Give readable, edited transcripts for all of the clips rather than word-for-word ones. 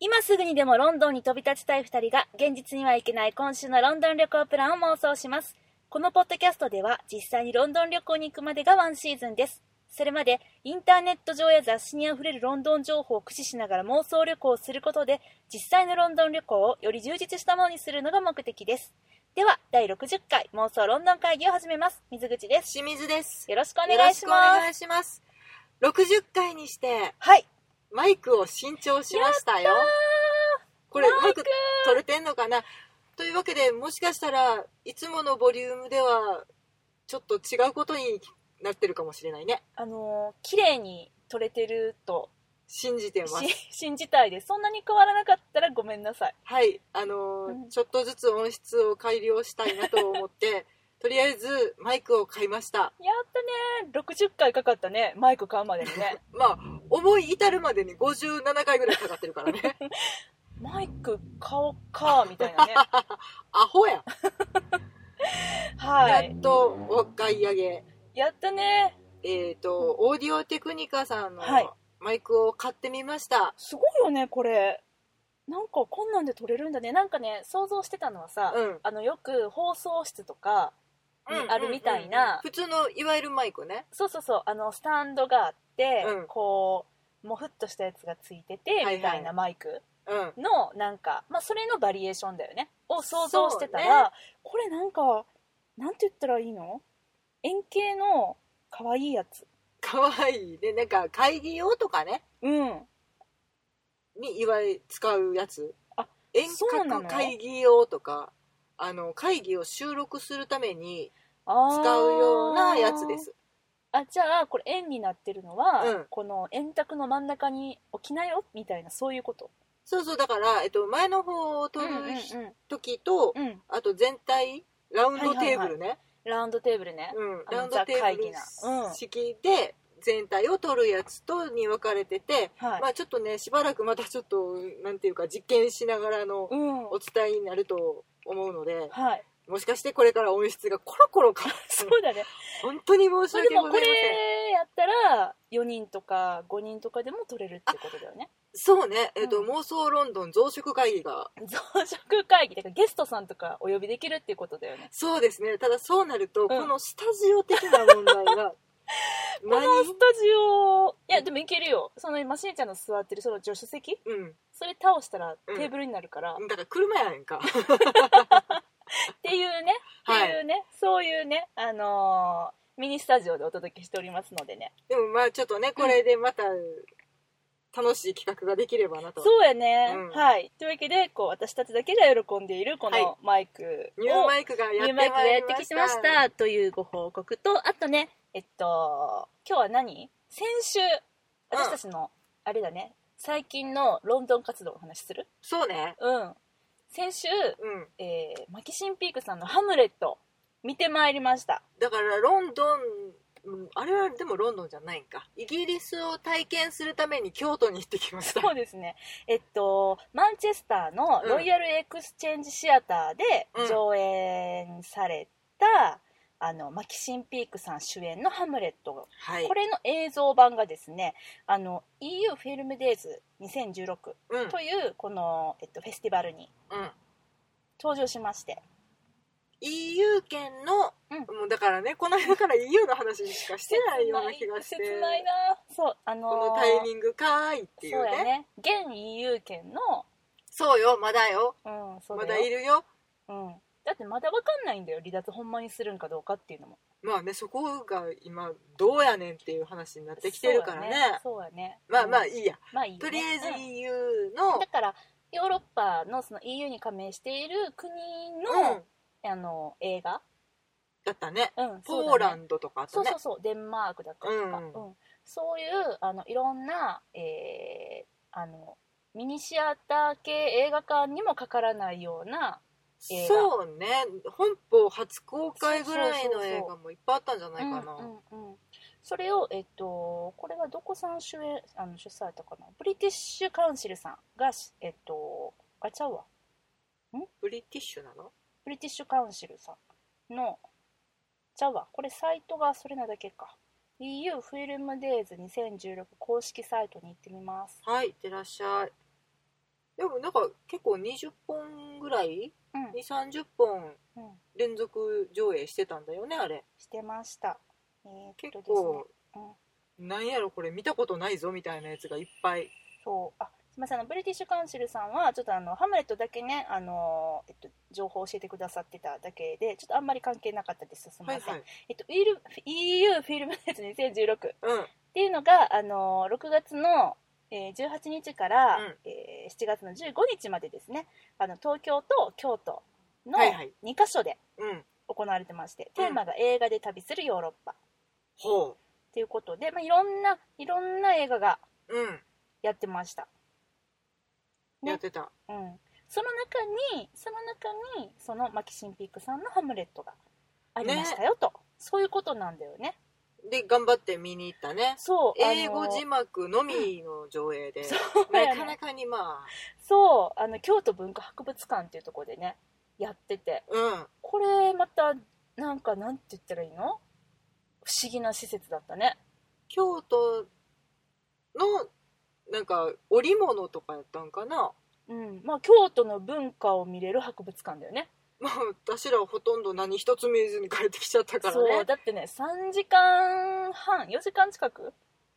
今すぐにでもロンドンに飛び立ちたい2人が現実には行けない今週のロンドン旅行プランを妄想します。このポッドキャストでは実際にロンドン旅行に行くまでがワンシーズンです。それまでインターネット上や雑誌にあふれるロンドン情報を駆使しながら妄想旅行をすることで実際のロンドン旅行をより充実したものにするのが目的です。では第60回妄想ロンドン会議を始めます。水口です。 清水です。 よろしくお願いします。 よろしくお願いします。60回にしてはいマイクを新調しましたよ。これうまく撮れてんのかなというわけで、もしかしたらいつものボリュームではちょっと違うことになってるかもしれないね。 綺麗に撮れてると信じてます。 信じたいです。そんなに変わらなかったらごめんなさい。 はい、ちょっとずつ音質を改良したいなと思ってとりあえずマイクを買いました。 やったね。60回かかったね、マイク買うまでにねまあ思い至るまでに57回ぐらいかかってるからねマイク買おうかみたいなねアホやはい、 やっとお買い上げ。 やったね。 オーディオテクニカさんのマイクを買ってみました、 すごいよねこれ。なんかこんなんで撮れるんだね。なんかね、想像してたのはさ、よく放送室とかにあるみたいな、 普通のいわゆるマイクね。 そうそうそう、スタンドがあって、こうもふっとしたやつがついてて、みたいなマイクのなんか、まあ、それのバリエーションだよねを想像してたら、ね、これなんかなんて言ったらいいの、円形の可愛いやつ。 可愛いね。なんか会議用とかね、にいわゆる使うやつ。遠隔会議用とか、会議を収録するために使うようなやつです。 じゃあこれ円になってるのは、この円卓の真ん中に置きなよみたいな、そういうこと。 そうそう、だから、前の方を撮る時と、あと全体ラウンドテーブルね、 ラウンドテーブルね、 ラウンドテーブル式で全体を撮るやつとに分かれてて、まあちょっとね、しばらくまたちょっとなんていうか実験しながらのお伝えになると思うので、もしかしてこれから音質がコロコロ変わるそうだね、 本当に申し訳ございません。 でもこれやったら4人とか5人とかでも撮れるってことだよね。 そうね、妄想ロンドン増殖会議が、 増殖会議だからゲストさんとかお呼びできるっていうことだよね。 そうですね。ただそうなると、このスタジオ的な問題がこのスタジオ、いやでもいけるよ。そのマシンちゃんの座ってるその助手席、それ倒したらテーブルになるから、 だから車やねんかっていうね、そういうね、ミニスタジオでお届けしておりますのでね。 でもまあちょっとね、これでまた楽しい企画ができればなと。 そうやね、はい。というわけで、こう私たちだけが喜んでいるこのマイクを、 ニューマイクがやってきましたというご報告と、あとね、今日は先週私たちのあれだね、最近のロンドン活動の話する？ そうね。 先週、マキシンピークさんのハムレット見てまいりました。 だからロンドン、あれはでもロンドンじゃないんか。イギリスを体験するために京都に行ってきました。 そうですね。マンチェスターのロイヤルエクスチェンジシアターで上演された、マキシンピークさん主演のハムレット、これの映像版がですね、EU フィルムデイズ2016というこの、フェスティバルに登場しまして、 EU 圏の、もうだからね、この間から EU の話しかしてないような気がして、 切ないな。そう、このタイミングかーいっていうね。 そうやね、現 EU 圏の、 そうよ、まだよ、 そうまだいるよ、 だってまだ分かんないんだよ、離脱ほんまにするんかどうかっていうのも。 まあね、そこが今どうやねんっていう話になってきてるからね。 そうやね。 まあまあいいや、とりあえず EU の、 だからヨーロッパのその EU に加盟している国の、映画だったね、ポーランドとかあとね、 そうデンマークだったりとか、そういういろんな、ミニシアター系映画館にもかからないような映画。 そうね、本邦初公開ぐらいの映画もいっぱいあったんじゃないかな。それを、 これはどこさん主催だったかな、ブリティッシュカウンシルさんが、あちゃうわ、 ブリティッシュなの？ ブリティッシュカウンシルさんの、ちゃうわ、これサイトがそれなだけか。EU フィルムデイズ2016公式サイトに行ってみます。 はい、いってらっしゃい。 でもなんか結構20本ぐらい、2、30本連続上映してたんだよね、あれ。 してました。 結構、なんやろこれ見たことないぞみたいなやつがいっぱい。 そう。すみません、ブリティッシュカウンシルさんはちょっとハムレットだけね、情報を教えてくださってただけでちょっとあんまり関係なかったです。すみません。はいはい、EU フィルムネット2016、っていうのが6月の18日から、7月の15日までですね、東京と京都の2カ所で行われてまして、テーマが映画で旅するヨーロッパということで、いろんな映画がやってました、 ね、やってた、 その中にそのマキシンピークさんのハムレットがありましたよと、そういうことなんだよね。 で頑張って見に行ったね。 そう、 英語字幕のみの上映で、なかなかにそう京都文化博物館っていうところでねやってて、これまたなんて言ったらいいの、不思議な施設だったね。 京都のなんか織物とかやったんかな。 京都の文化を見れる博物館だよね。 私らはほとんど何一つ見ずに帰ってきちゃったからね。 そうだってね、3時間半4時間近く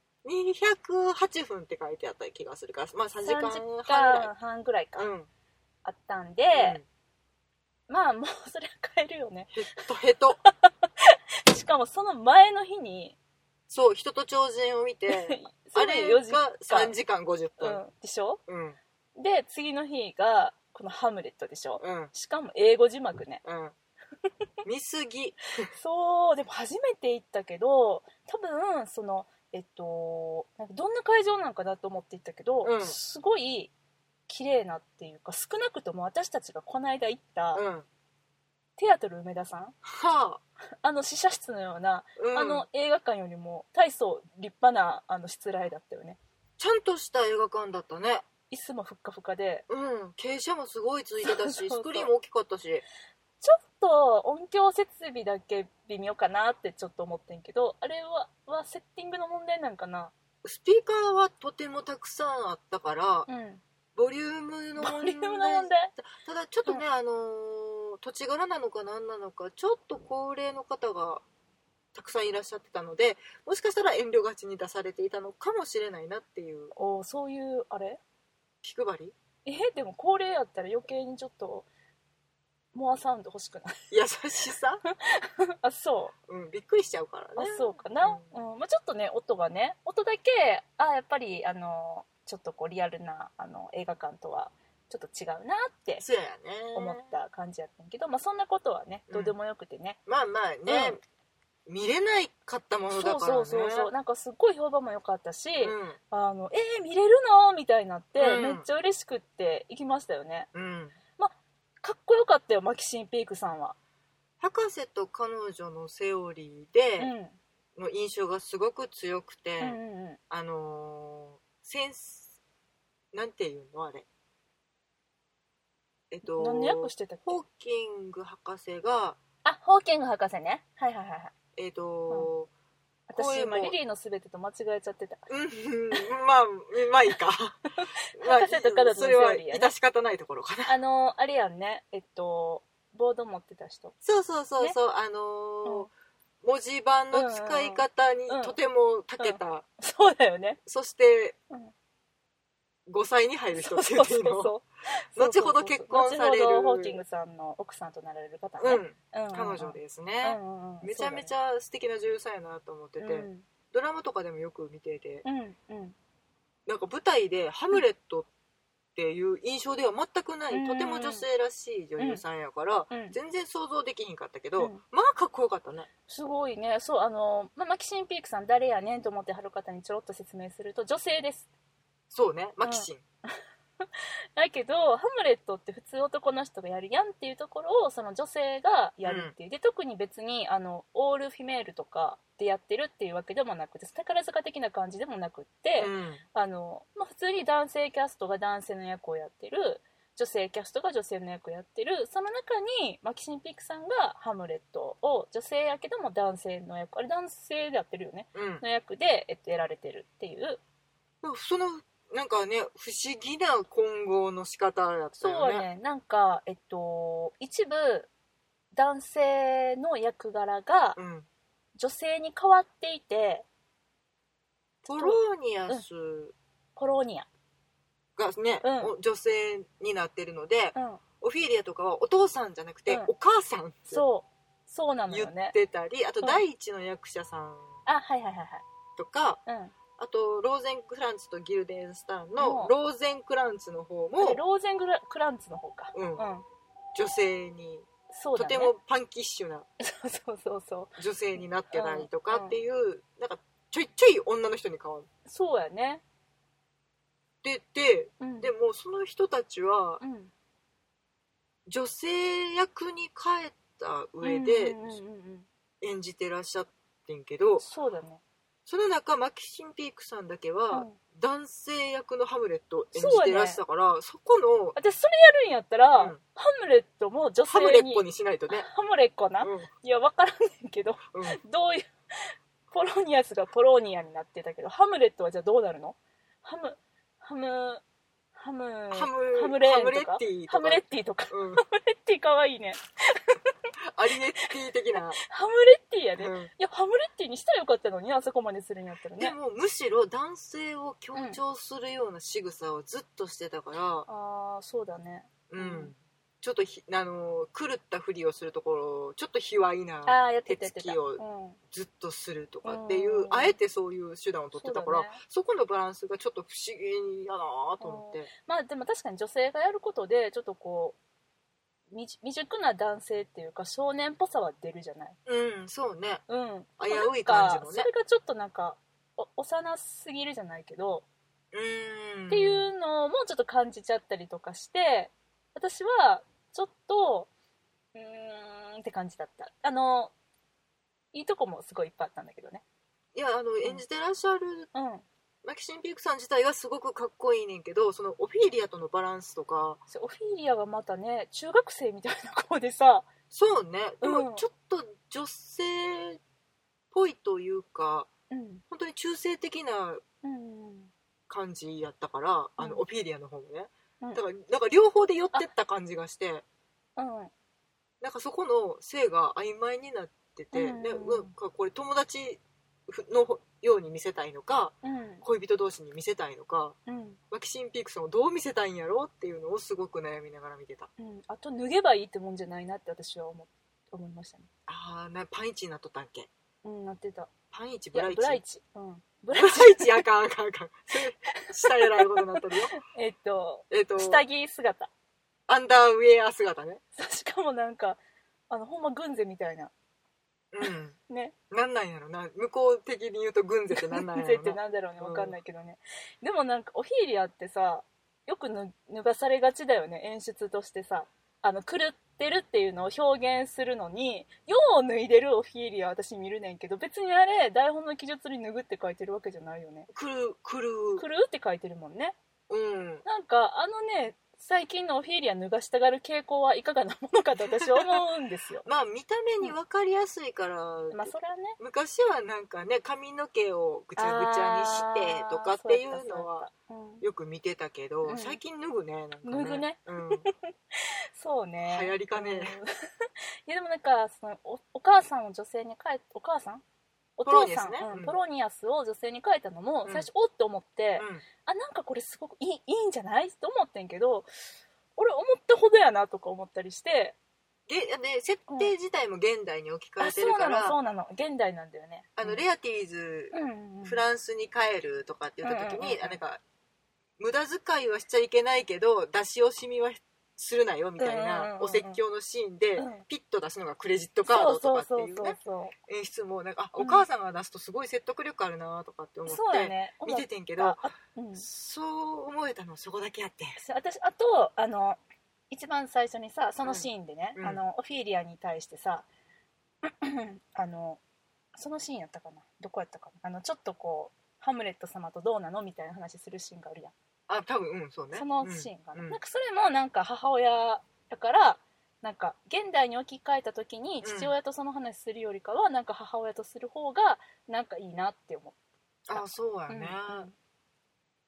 208分って書いてあった気がするから、3時間半ぐらいか、あったんで、もうそれは帰るよね。 ヘトしかもその前の日にそう人と超人を見てあれが3時間50分、 でしょ、で次の日がこのハムレットでしょ、しかも英語字幕ね、 見すぎそうでも初めて行ったけど、多分そのなんかどんな会場なんかなと思って行ったけど、すごい綺麗なっていうか、少なくとも私たちがこの間行った、テアトル梅田さん、試写室のような、映画館よりも大層立派なしつらいだったよね。 ちゃんとした映画館だったね。 椅子もふっかふかで、 傾斜もすごいついてたしスクリーンも大きかったし、 ちょっと音響設備だけ微妙かなってちょっと思ってんけど、あれはセッティングの問題なんかな。 スピーカーはとてもたくさんあったから、ボリュームの問題。ただちょっとね、土地柄なのか何なのか、ちょっと高齢の方がたくさんいらっしゃってたので、もしかしたら遠慮がちに出されていたのかもしれないなっていう。 そういうあれ気配り。 でも高齢やったら余計にちょっとモアサウンド欲しくない？ 優しさあ、そう、 びっくりしちゃうからね。 そうかな、ちょっとね、音だけやっぱりちょっとこうリアルな映画館とはちょっと違うなって思った感じやったんけど、そんなことはねどうでもよくてね、 見れないかったものだからね。 そうなんかすっごい評判も良かったし、見れるのみたいになって、めっちゃ嬉しくって行きましたよね。かっこよかったよ、マキシンピークさんは。 博士と彼女のセオリーでの印象がすごく強くて、なんていうのあれ、 何の役してたっけ？ ホーキング博士が、 ホーキング博士ね、はい私今リリーのすべてと間違えちゃってた。 まあいいか博士と彼女のセオリーやね。 それは致し方ないところかな。 あれやんね、ボード持ってた人。 そう、ね、文字盤の使い方にとても長けた、 そうだよね。 そして、5歳に入る人っていうのを後ほど結婚される、 後ほどホーキングさんの奥さんとなられる方ね、 彼女ですね、めちゃめちゃ素敵な女優さんやなと思ってて、ドラマとかでもよく見てて、なんか舞台でハムレットっていう印象では全くない、とても女性らしい女優さんやから、全然想像できひんかったけど、かっこよかったね。 すごいね。そう、マキシンピークさん誰やねんと思ってはる方にちょろっと説明すると、女性です。 そうね、マキシン。 だけどハムレットって普通男の人がやるやんっていうところをその女性がやるっていう、で特に別にオールフィメールとかでやってるっていうわけでもなくて、宝塚的な感じでもなくって、普通に男性キャストが男性の役をやってる、女性キャストが女性の役をやってる、その中にマキシンピークさんがハムレットを女性やけども男性の役、あれ男性でやってるよね、の役で、やられてるっていう。 そのなんかね不思議な混合の仕方やったよね。 そうね、なんか一部男性の役柄が女性に変わっていて、 ポロニアス、 ポロニアがね、女性になってるので、オフィーリアとかはお父さんじゃなくて、お母さんってそうなのよね。 言ってたり、あと第一の役者さんとか、あとローゼンクランツとギルデンスタンのローゼンクランツの方も、 ローゼンクランツの方か、 女性に、とてもパンキッシュな女性になってたりとかっていう、なんかちょいちょい女の人に変わる。 そうやね。 でもその人たちは、女性役に変えた上で演じてらっしゃってんけど、 そうだね。 その中マキシン・ピークさんだけは、男性役のハムレットを演じてらしたから、そこの私それやるんやったら、ハムレットも女性にハムレッコにしないとね。 ハムレッコな、いや分からんねんけど、どういうポロニアスがポロニアになってたけど、ハムレットはじゃあどうなるの？ハムレッティとか、ハムレッティかわいいね。 アリネッティ的なハムレッティやで、いやハムレッティにしたらよかったのに、あそこまでするんやったらね。 でもむしろ男性を強調するような仕草をずっとしてたから、 ああそうだね。 ちょっと狂ったふりをするところ、ちょっと卑猥な手つきをずっとするとかっていう、あえてそういう手段を取ってたから、そこのバランスがちょっと不思議やなと思って。 まあでも確かに女性がやることでちょっとこう未熟な男性っていうか少年っぽさは出るじゃない。 そうね。 危うい感じもね。 それがちょっとなんか幼すぎるじゃないけど、っていうのもちょっと感じちゃったりとかして、私はちょっとって感じだった。いいとこもすごいいっぱいあったんだけどね。 いや演じてらっしゃる、マキシン・ピークさん自体はすごくかっこいいねんけど、そのオフィーリアとのバランスとか。 オフィーリアがまたね中学生みたいな子でさ。 そうね。でもちょっと女性っぽいというか、本当に中性的な感じやったから、オフィーリアの方もね。だから両方で寄ってった感じがして、なんかそこの性が曖昧になってて、これ友達のように見せたいのか、恋人同士に見せたいのか、マキシン・ピークさんをどう見せたいんやろっていうのをすごく悩みながら見てた。 あと脱げばいいってもんじゃないなって私は思いましたね。 パンイチになっとったんけ。 なってた。 パンイチ、ブライチ。 ブライチあかん。下偉いことになってるよ。 下着姿。 アンダーウェア姿ね。 しかもなんかほんま軍勢みたいな。ね。 なんなんやろな。向こう的に言うと軍勢ってなんなんやろな。 軍勢ってなんだろうね、分かんないけどね。でもなんかオフィーリアってさ、よく脱がされがちだよね、演出としてさ。狂ってるっていうのを表現するのに、よう脱いでるオフィーリア私見るねんけど、別にあれ台本の記述に脱ぐって書いてるわけじゃないよね。狂うって書いてるもんね。なんかね、最近のオフィーリア脱がしたがる傾向はいかがなものかと私は思うんですよ。 まあ見た目に分かりやすいから、 まあそれはね、 昔はなんかね髪の毛をぐちゃぐちゃにしてとかっていうのはよく見てたけど、最近脱ぐね。なんかね脱ぐね。そうね。 流行りかね。 いやでもなんかその お母さんを女性に変え、お母さんお父さん、ポロニアスを女性に変えたのも最初おって思って、なんかこれすごくいいんじゃないと思ってんけど、俺思ったほどやなとか思ったりして、 設定自体も現代に置き換えてるから、 そうなの現代なんだよね。 レアティーズ、フランスに帰るとかって言った時に、なんか無駄遣いはしちゃいけないけど出し惜しみはするなよみたいなお説教のシーンでピッと出すのがクレジットカードとかっていうね演出もなんかお母さんが出すとすごい説得力あるなとかって思って見ててんけど、そう思えたのそこだけあって、 私あと一番最初にさそのシーンでね、オフィーリアに対してさそのシーンやったかな、どこやったかな、ちょっとこうハムレット様とどうなのみたいな話するシーンがあるやん。 多分そうね。 そのシーンが、なんかそれもなんか母親だからなんか現代に置き換えた時に父親とその話するよりかはなんか母親とする方がなんかいいなって思った。 そうやね。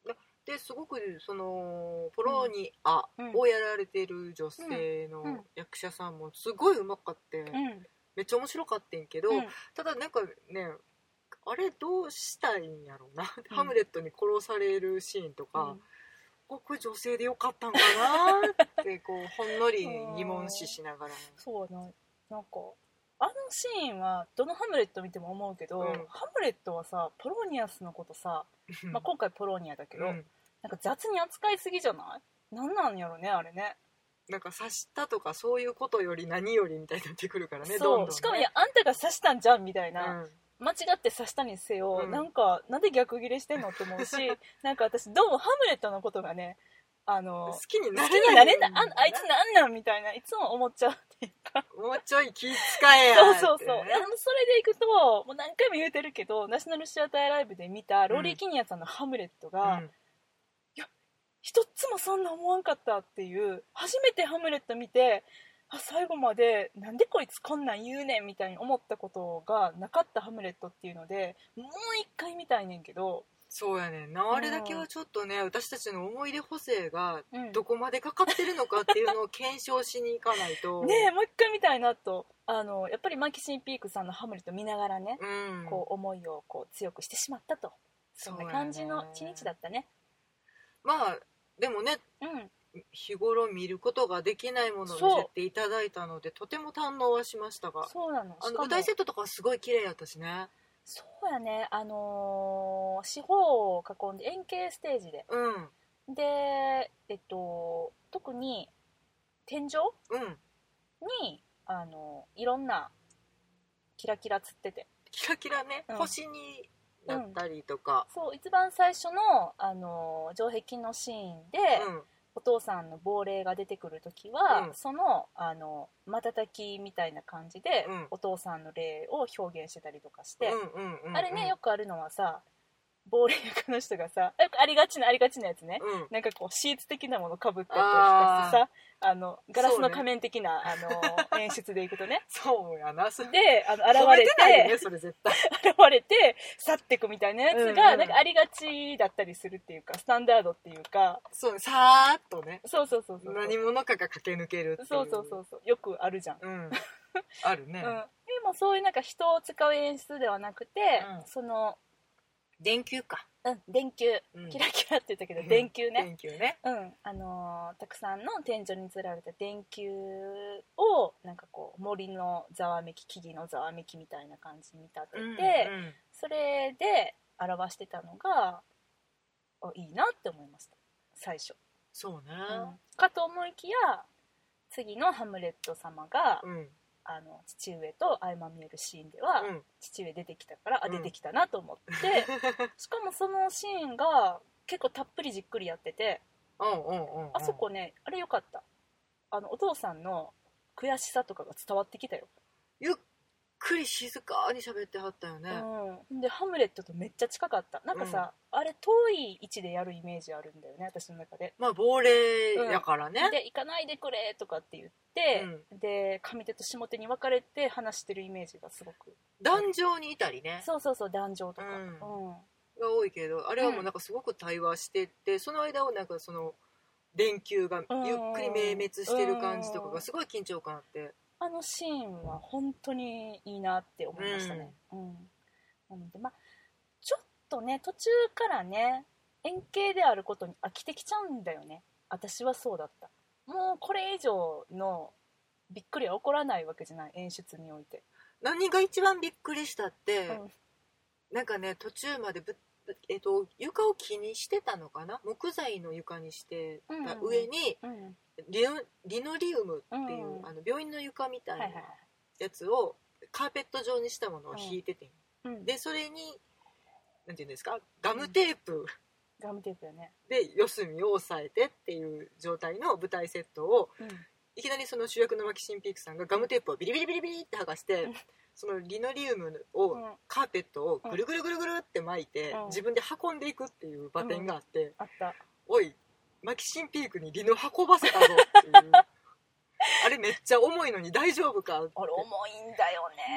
ですごくそのポロニアをやられてる女性の役者さんもすごいうまかって、めっちゃ面白かってんけど、ただなんかね、あれどうしたいんやろうな、ハムレットに殺されるシーンとか、これ女性でよかったんかなってこうほんのり疑問視しながらそうなんかあのシーンはどのハムレット見ても思うけど、ハムレットはさポロニアスのことさまあ今回ポロニアだけど、なんか雑に扱いすぎじゃない？なんなんやろねあれね。 なんか刺したとかそういうことより何よりみたいになってくるからね。 そうどんどんね、 しかもいやあんたが刺したんじゃんみたいな、間違って刺したにせよ、なんで逆ギレしてんのって思うしなんか私どうもハムレットのことがね好きになれないあいつなんなんみたいないつも思っちゃうっていうか、 もうちょい気使えやって、ね、 そうそれでいくともう何回も言うてるけどナショナルシアターライブで見たローリー・キニアさんのハムレットが、いや一つもそんな思わんかったっていう、初めてハムレット見て最後までなんでこいつこんなん言うねんみたいに思ったことがなかったハムレットっていうのでもう一回見たいねんけど。 そうやねんな、あれだけはちょっとね、私たちの思い出補正がどこまでかかってるのかっていうのを検証しに行かないとねえもう一回見たいなと、やっぱりマキシン・ピークさんのハムレット見ながらね、こう思いをこう強くしてしまったと、そんな感じの一日だったね。 まあでもね、日頃見ることができないものを見せていただいたのでとても堪能はしましたが、 そうなの、 舞台セットとかすごい綺麗やったしね。 そうやね、四方を囲んで円形ステージで、で特に天井、にいろんなキラキラつってて、 キラキラね、星になったりとか、 そう一番最初の城壁のシーンで、お父さんの亡霊が出てくるときは、その瞬きみたいな感じで、お父さんの霊を表現してたりとかして、あれねよくあるのはさ、亡霊役の人がさよくありがちなやつね、なんかこうシーツ的なものかぶったりとかしてさ、ガラスの仮面的な、演出でいくとねそうやな、で現れて、 ね、それ絶対現れて去ってくみたいなやつが、なんかありがちだったりするっていうか、スタンダードっていうか、 そうさーっとね、 そう何者かが駆け抜けるっていう、 そうよくあるじゃん、 あるね、 でもそういうなんか人を使う演出ではなくて、その電球か、 電球、キラキラって言ったけど、電球ね、 電球ね、 たくさんの天井につられた電球をなんかこう森のざわめき、木々のざわめきみたいな感じに見立てて、それで表してたのがいいなって思いました、最初。 そうね、 かと思いきや次のハムレット様が、父上と相まみえるシーンでは、父上出てきたから、出てきたなと思ってしかもそのシーンが結構たっぷりじっくりやってて、あそこね、あれよかった、お父さんの悔しさとかが伝わってきたよ。 ゆっくり静かに喋ってはったよね、 でハムレットとめっちゃ近かった。なんかさ、あれ遠い位置でやるイメージあるんだよね、私の中で。 まあ亡霊やからね、 で行かないでくれとかって言って、で上手と下手に分かれて話してるイメージがすごく。 壇上にいたりね、 そう壇上とか、 が多いけど、あれはもうなんかすごく対話してて、その間をなんかその電球がゆっくり明滅してる感じとかがすごい緊張感あって、 あのシーンは本当にいいなって思いましたね。なのでちょっとね途中からね円形であることに飽きてきちゃうんだよね。私はそうだった。もうこれ以上のびっくりは起こらないわけじゃない、演出において。 何が一番びっくりしたって、なんかね途中まで床を木にしてたのかな、木材の床にしてた上に、リノリウムっていう、病院の床みたいなやつをカーペット状にしたものを引いてて、でそれになんていうんですか、ガムテープよね、 で四隅を押さえてっていう状態の舞台セットを、いきなりその主役のマキシン・ピークさんがガムテープをビリビリビリビリって剥がして、そのリノリウムを、カーペットをぐるぐるぐるぐるって巻いて、自分で運んでいくっていう場面があって、 あった。 おいマキシンピークにリノ運ばせたぞっていうあれめっちゃ重いのに大丈夫かって。 あれ重いんだよね。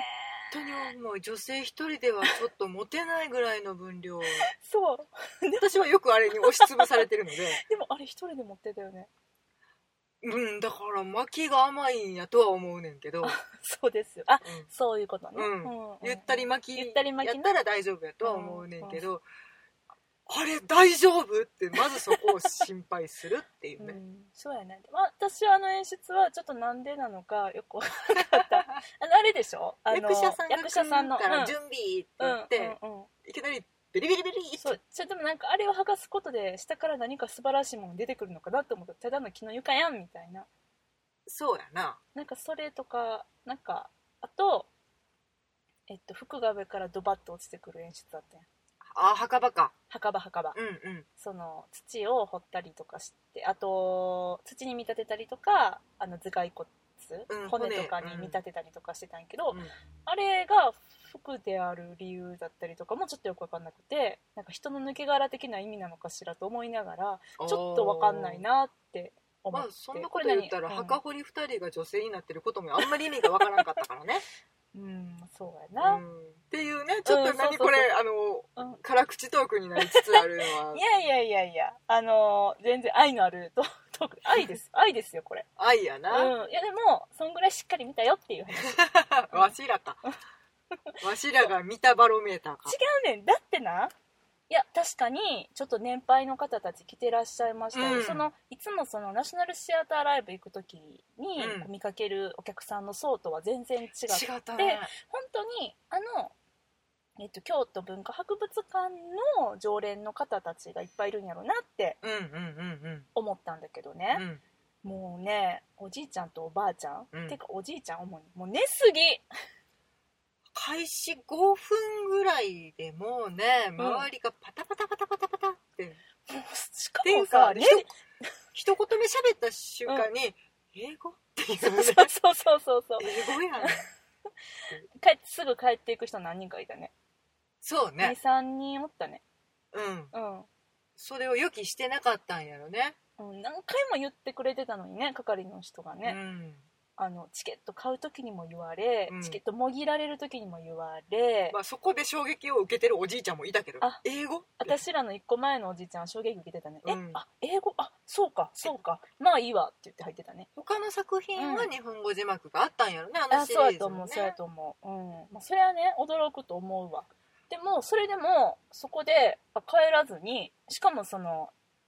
当にもう女性一人ではちょっと持てないぐらいの分量そう私はよくあれに押しつぶされてるのででもあれ一人で持ってたよね。 だから巻きが甘いんやとは思うねんけどそうですよ。そういうことね、 ゆったり巻きやったら大丈夫やとは思うねんけど、あれ大丈夫ってまずそこを心配するっていうね、 そうやね。私は演出はちょっとなんでなのかよく分からなかったあれでしょ、 役者さんが来るから準備って言って、いきなりビリビリビリってそうでもなんかあれを剥がすことで下から何か素晴らしいもの出てくるのかなと思ったらただの木の床やんみたいな。 そうやな。 なんかそれとかなんかあと服が上からドバッと落ちてくる演出だったやん。 墓場か。 墓場、その土を掘ったりとかして、あと土に見立てたりとか頭蓋骨、骨とかに見立てたりとかしてたんやけど、あれが服である理由だったりとかもちょっとよく分かんなくて、なんか人の抜け殻的な意味なのかしらと思いながらちょっと分かんないなって思って、 そんなこと言ったら墓掘り2人が女性になってることもあんまり意味が分からなかったからねそうやな、 っていうね、ちょっと何これ辛口トークになりつつあるのはいや全然愛のあるトーク愛ですよこれ。 愛やな。 いやでもそんぐらいしっかり見たよっていう話わしらかわしらが見たバロメーターか。 違うねん、だってないや確かにちょっと年配の方たち来てらっしゃいましたよ、いつもそのナショナルシアターライブ行く時に見かけるお客さんの層とは全然違ってったね。 本当に京都文化博物館の常連の方たちがいっぱいいるんやろうなって思ったんだけどね、もうねおじいちゃんとおばあちゃん、てかおじいちゃん主にもう寝すぎ開始5分ぐらいでもうね、周りがパタパタパタパタパタって、 しかもさ、 一言目喋った瞬間に、英語っていうね。 そう英語やんすぐ帰っていく人何人かいたね。 そうね。 2、3人おったね。 それを予期してなかったんやろね。 何回も言ってくれてたのにね、係の人がね。チケット買う時にも言われ、チケットもぎられる時にも言われ、 そこで衝撃を受けてるおじいちゃんもいたけど、英語？ 私らの1個前のおじいちゃんは衝撃受けてたね。英語？そうかまあいいわって言って入ってたね。 他の作品は日本語字幕があったんやろね、シリーズもね。 そうやと思う。それはね驚くと思うわ。でもそれでもそこで帰らずに、しかもその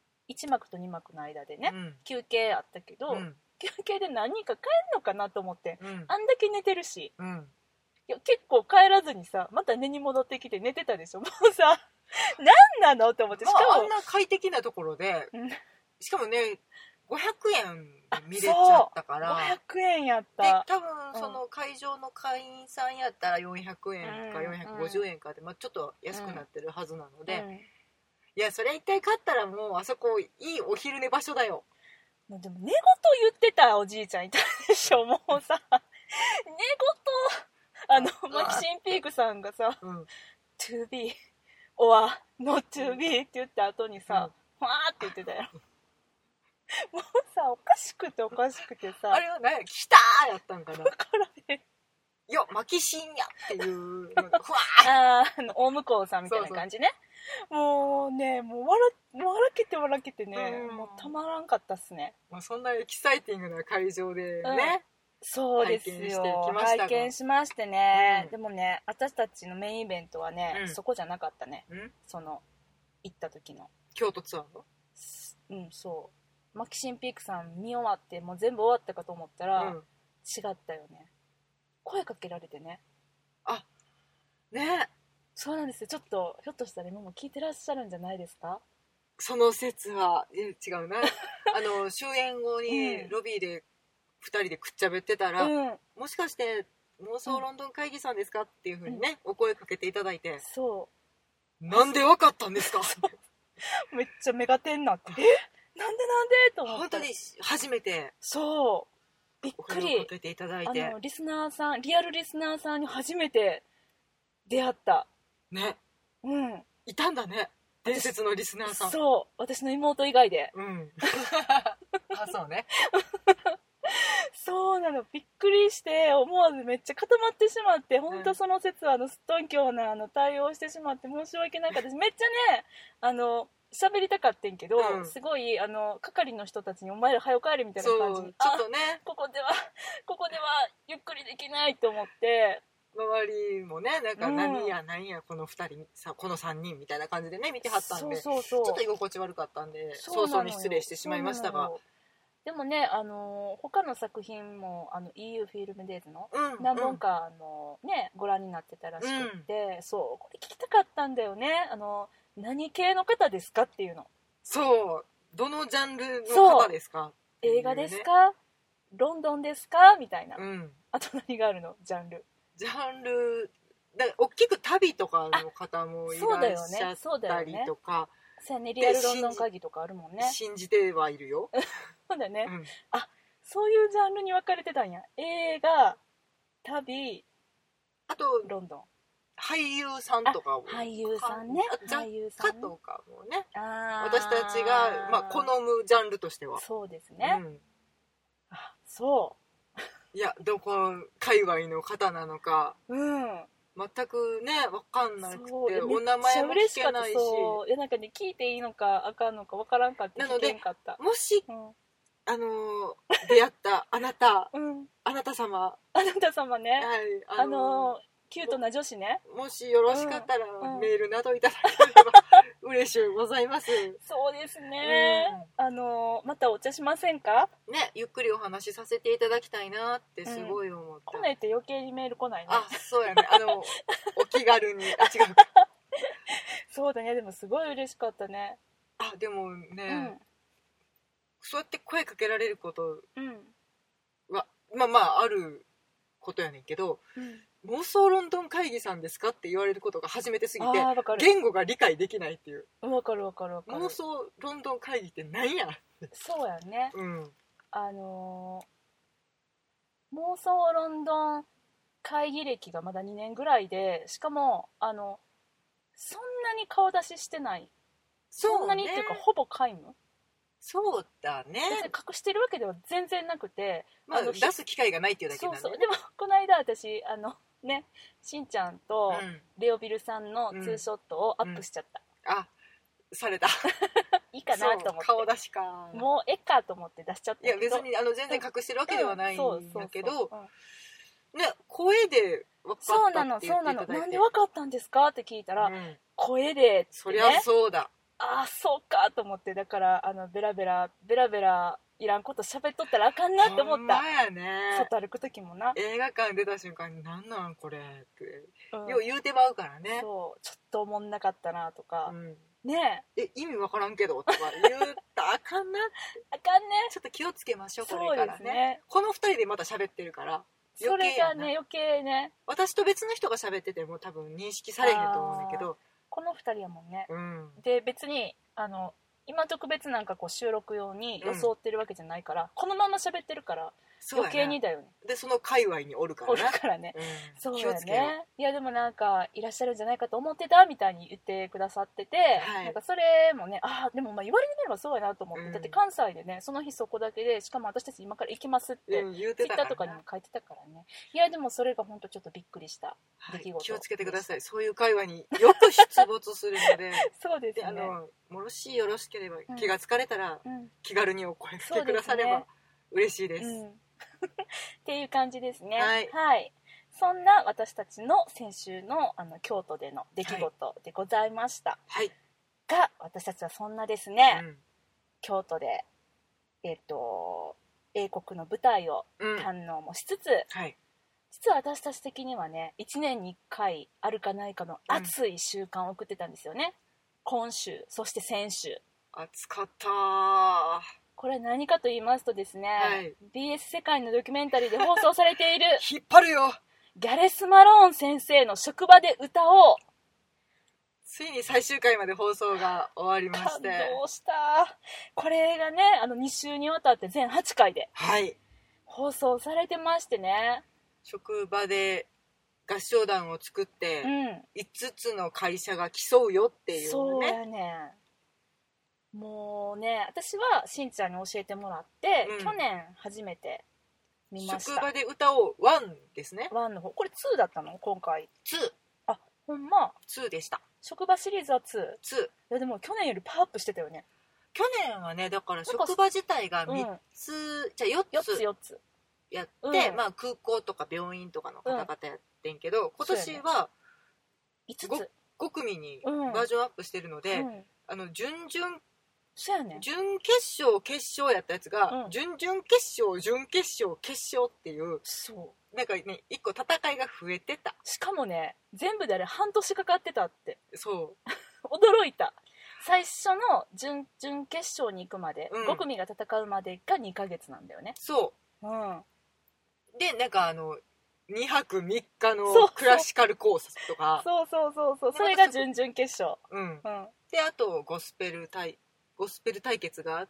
1幕と2幕の間でね、休憩あったけど、休憩で何人か帰るのかなと思って、あんだけ寝てるし、いや結構帰らずにさまた寝に戻ってきて寝てたでしょ。もうさ何なのって思って、しかもあんな快適なところで、しかもね500円見れちゃったから 500円やった。 で多分その会場の会員さんやったら400円か450円かで、ちょっと安くなってるはずなので、いやそれ一回買ったらもうあそこいいお昼寝場所だよ。 でも寝言言ってたおじいちゃんいたでしょ。もうさ寝言マキシンピークさんがさ、to be or not to be って言った後にさ、わーって言ってたよ。もうさおかしくてさ、 あれは何や来たーやったんかな。 だからね、 いやマキシンやっていうのがふわー大向こうさんみたいな感じね。もうねもう笑けてね、もうたまらんかったっすね。 そんなエキサイティングな会場でね、 そうですよ、拝見しましてね、でもね私たちのメインイベントはね、そこじゃなかったね、その行った時の京都ツアーのそうマキシンピークさん見終わってもう全部終わったかと思ったら、違ったよね。声かけられてね。 ね、 そうなんですよ。ちょっとひょっとしたら今も聞いてらっしゃるんじゃないですか。 その説は違うな終演後にロビーで2人でくっちゃべってたら、もしかして妄想ロンドン会議さんですかっていう風にね、お声かけていただいて、そうなんでわかったんですかめっちゃ目が点なってなんでと思って、 本当に初めてそうびっくりお声をかけていただいて、 リスナーさんリアルリスナーさんに初めて出会ったね、いたんだね、伝説のリスナーさん。 そう私の妹以外で、 そうねそそうなの、びっくりして思わずめっちゃ固まってしまって、本当その説はすっとんきょうな対応してしまって申し訳なかったです。めっちゃね喋りたかってんけど、すごい係の人たちにお前ら早く帰れみたいな感じに、 ちょっとねここではゆっくりできないと思って、 周りもねなんか何やこの2人さこの3人みたいな感じでね見てはったんで、ちょっと居心地悪かったんで早々に失礼してしまいましたが、 でもね他の作品もEU フィルムデイズの何本かねご覧になってたらしくて、そうこれ聞きたかったんだよね。何系の方ですかっていうの。 そうどのジャンルの方ですか、 映画ですか、ロンドンですかみたいな、あと何があるのジャンルだ大きく旅とかの方もいらっしゃったりとか、 そうね、リアルロンドン会議とかあるもんね。 信じてはいるよそうだね、そういうジャンルに分かれてたんや。映画、旅、 あとロンドン、 俳優さんとかも、 俳優さんね、 雑貨とかもね、私たちが、好むジャンルとしてはそうですね、そういやどこ界隈の方なのか、全くね分かんなくて、お名前も聞けないし、 なんかね聞いていいのかあかんのか分からんかって聞けんかった。 もし、出会ったあなた、あなた様ね、 キュートな女子ね、 もしよろしかったらメールなどいただければ嬉しゅうございます。 そうですね、またお茶しませんかね、ゆっくりお話しさせていただきたいなってすごい思った、 来ないって余計にメール来ないね。 そうやねお気軽に違うそうだね、でもすごい嬉しかったね。 でもね、そうやって声かけられることは、あることやねんけど、妄想ロンドン会議さんですかって言われることが初めてすぎて、言語が理解できないっていう。 わかる妄想ロンドン会議って何やそうやね、妄想ロンドン会議歴がまだ2年ぐらいで、しかもそんなに顔出ししてない、そんなにっていうかほぼ皆無。 そうだね、 別に隠してるわけでは全然なくて、 出す機会がないっていうだけなんで、 そうでもこの間私ね、しんちゃんとレオビルさんのツーショットをアップしちゃった、 されたいいかなと思って、 顔出しかもうかと思って出しちゃったけど、 いや別に全然隠してるわけではないんだけどね、声で分かったって言っていただいて、 なんで分かったんですかって聞いたら、声でって、ね、 そりゃそうだ、 そうかと思って、だからベラベラいらんこと喋っとったらあかんなって思った。 ほんまやね、 外歩く時もな、 映画館出た瞬間になんなんこれって、よう言うてまうからね、 そうちょっとおもんなかったなとか、ね意味わからんけどとか言うたらあかんなあかんね、 ちょっと気をつけましょうこれから ね、この2人でまた喋ってるからそれがね余計ね、 私と別の人が喋ってても多分認識されへんと思うんだけど、 この2人やもんね、で別に今特別なんかこう収録用に装ってるわけじゃないから、このまま喋ってるから余計にだよね。 でその界隈におるからね、 そうやね。いやでもなんかいらっしゃるんじゃないかと思ってたみたいに言ってくださってて、なんかそれもね、でも言われてみればそうやなと思って、だって関西でねその日そこだけで、しかも私たち今から行きますってツイッターとかにも書いてたからね。いやでもそれが本当ちょっとびっくりした出来事、 気をつけてください。そういう会話によく出没するのでそうですね、 もしよろしければ、気がつかれたら、気軽にお声掛けくだされば嬉しいです、 っていう感じですね。はい、そんな私たちの先週の京都での出来事でございました、が、私たちはそんなですね、京都で英国の舞台を堪能もしつつ、実は私たち的にはね、1年に1回あるかないかの暑い週間を送ってたんですよね、今週そして先週。 暑かった。 これ何かと言いますとですね、BS 世界のドキュメンタリーで放送されている引っ張るよ、 ギャレス・マローン先生の職場で歌おう、 ついに最終回まで放送が終わりまして、 感動した。これがね2週にわたって全8回で放送されてましてね、 職場で合唱団を作って、5つの会社が競うよっていうね。 そうやね。もうね、私はしんちゃんに教えてもらって、去年初めて見ました。 職場で歌おう1ですね。 1の方、これ2だったの今回。 2。 あ、ほんま。 2でした。 職場シリーズは 2。 2。いやでも去年よりパワーアップしてたよね。 去年はね、だから職場自体が3つ、じゃあ4つやって、まあ空港とか病院とかの方々やってんけど、今年は 5組にバージョンアップしてるので、準決勝決勝やったやつが、準々決勝準決勝決勝っていう、なんかね1個戦いが増えてた。 しかもね、全部であれ半年かかってたって。 そう驚いた。最初の準決勝に行くまで、5組が戦うまでが2ヶ月なんだよね。 そう、でなんか2泊3日のクラシカルコースとか、 そうそれが準々決勝。 であとゴスペル対決があって、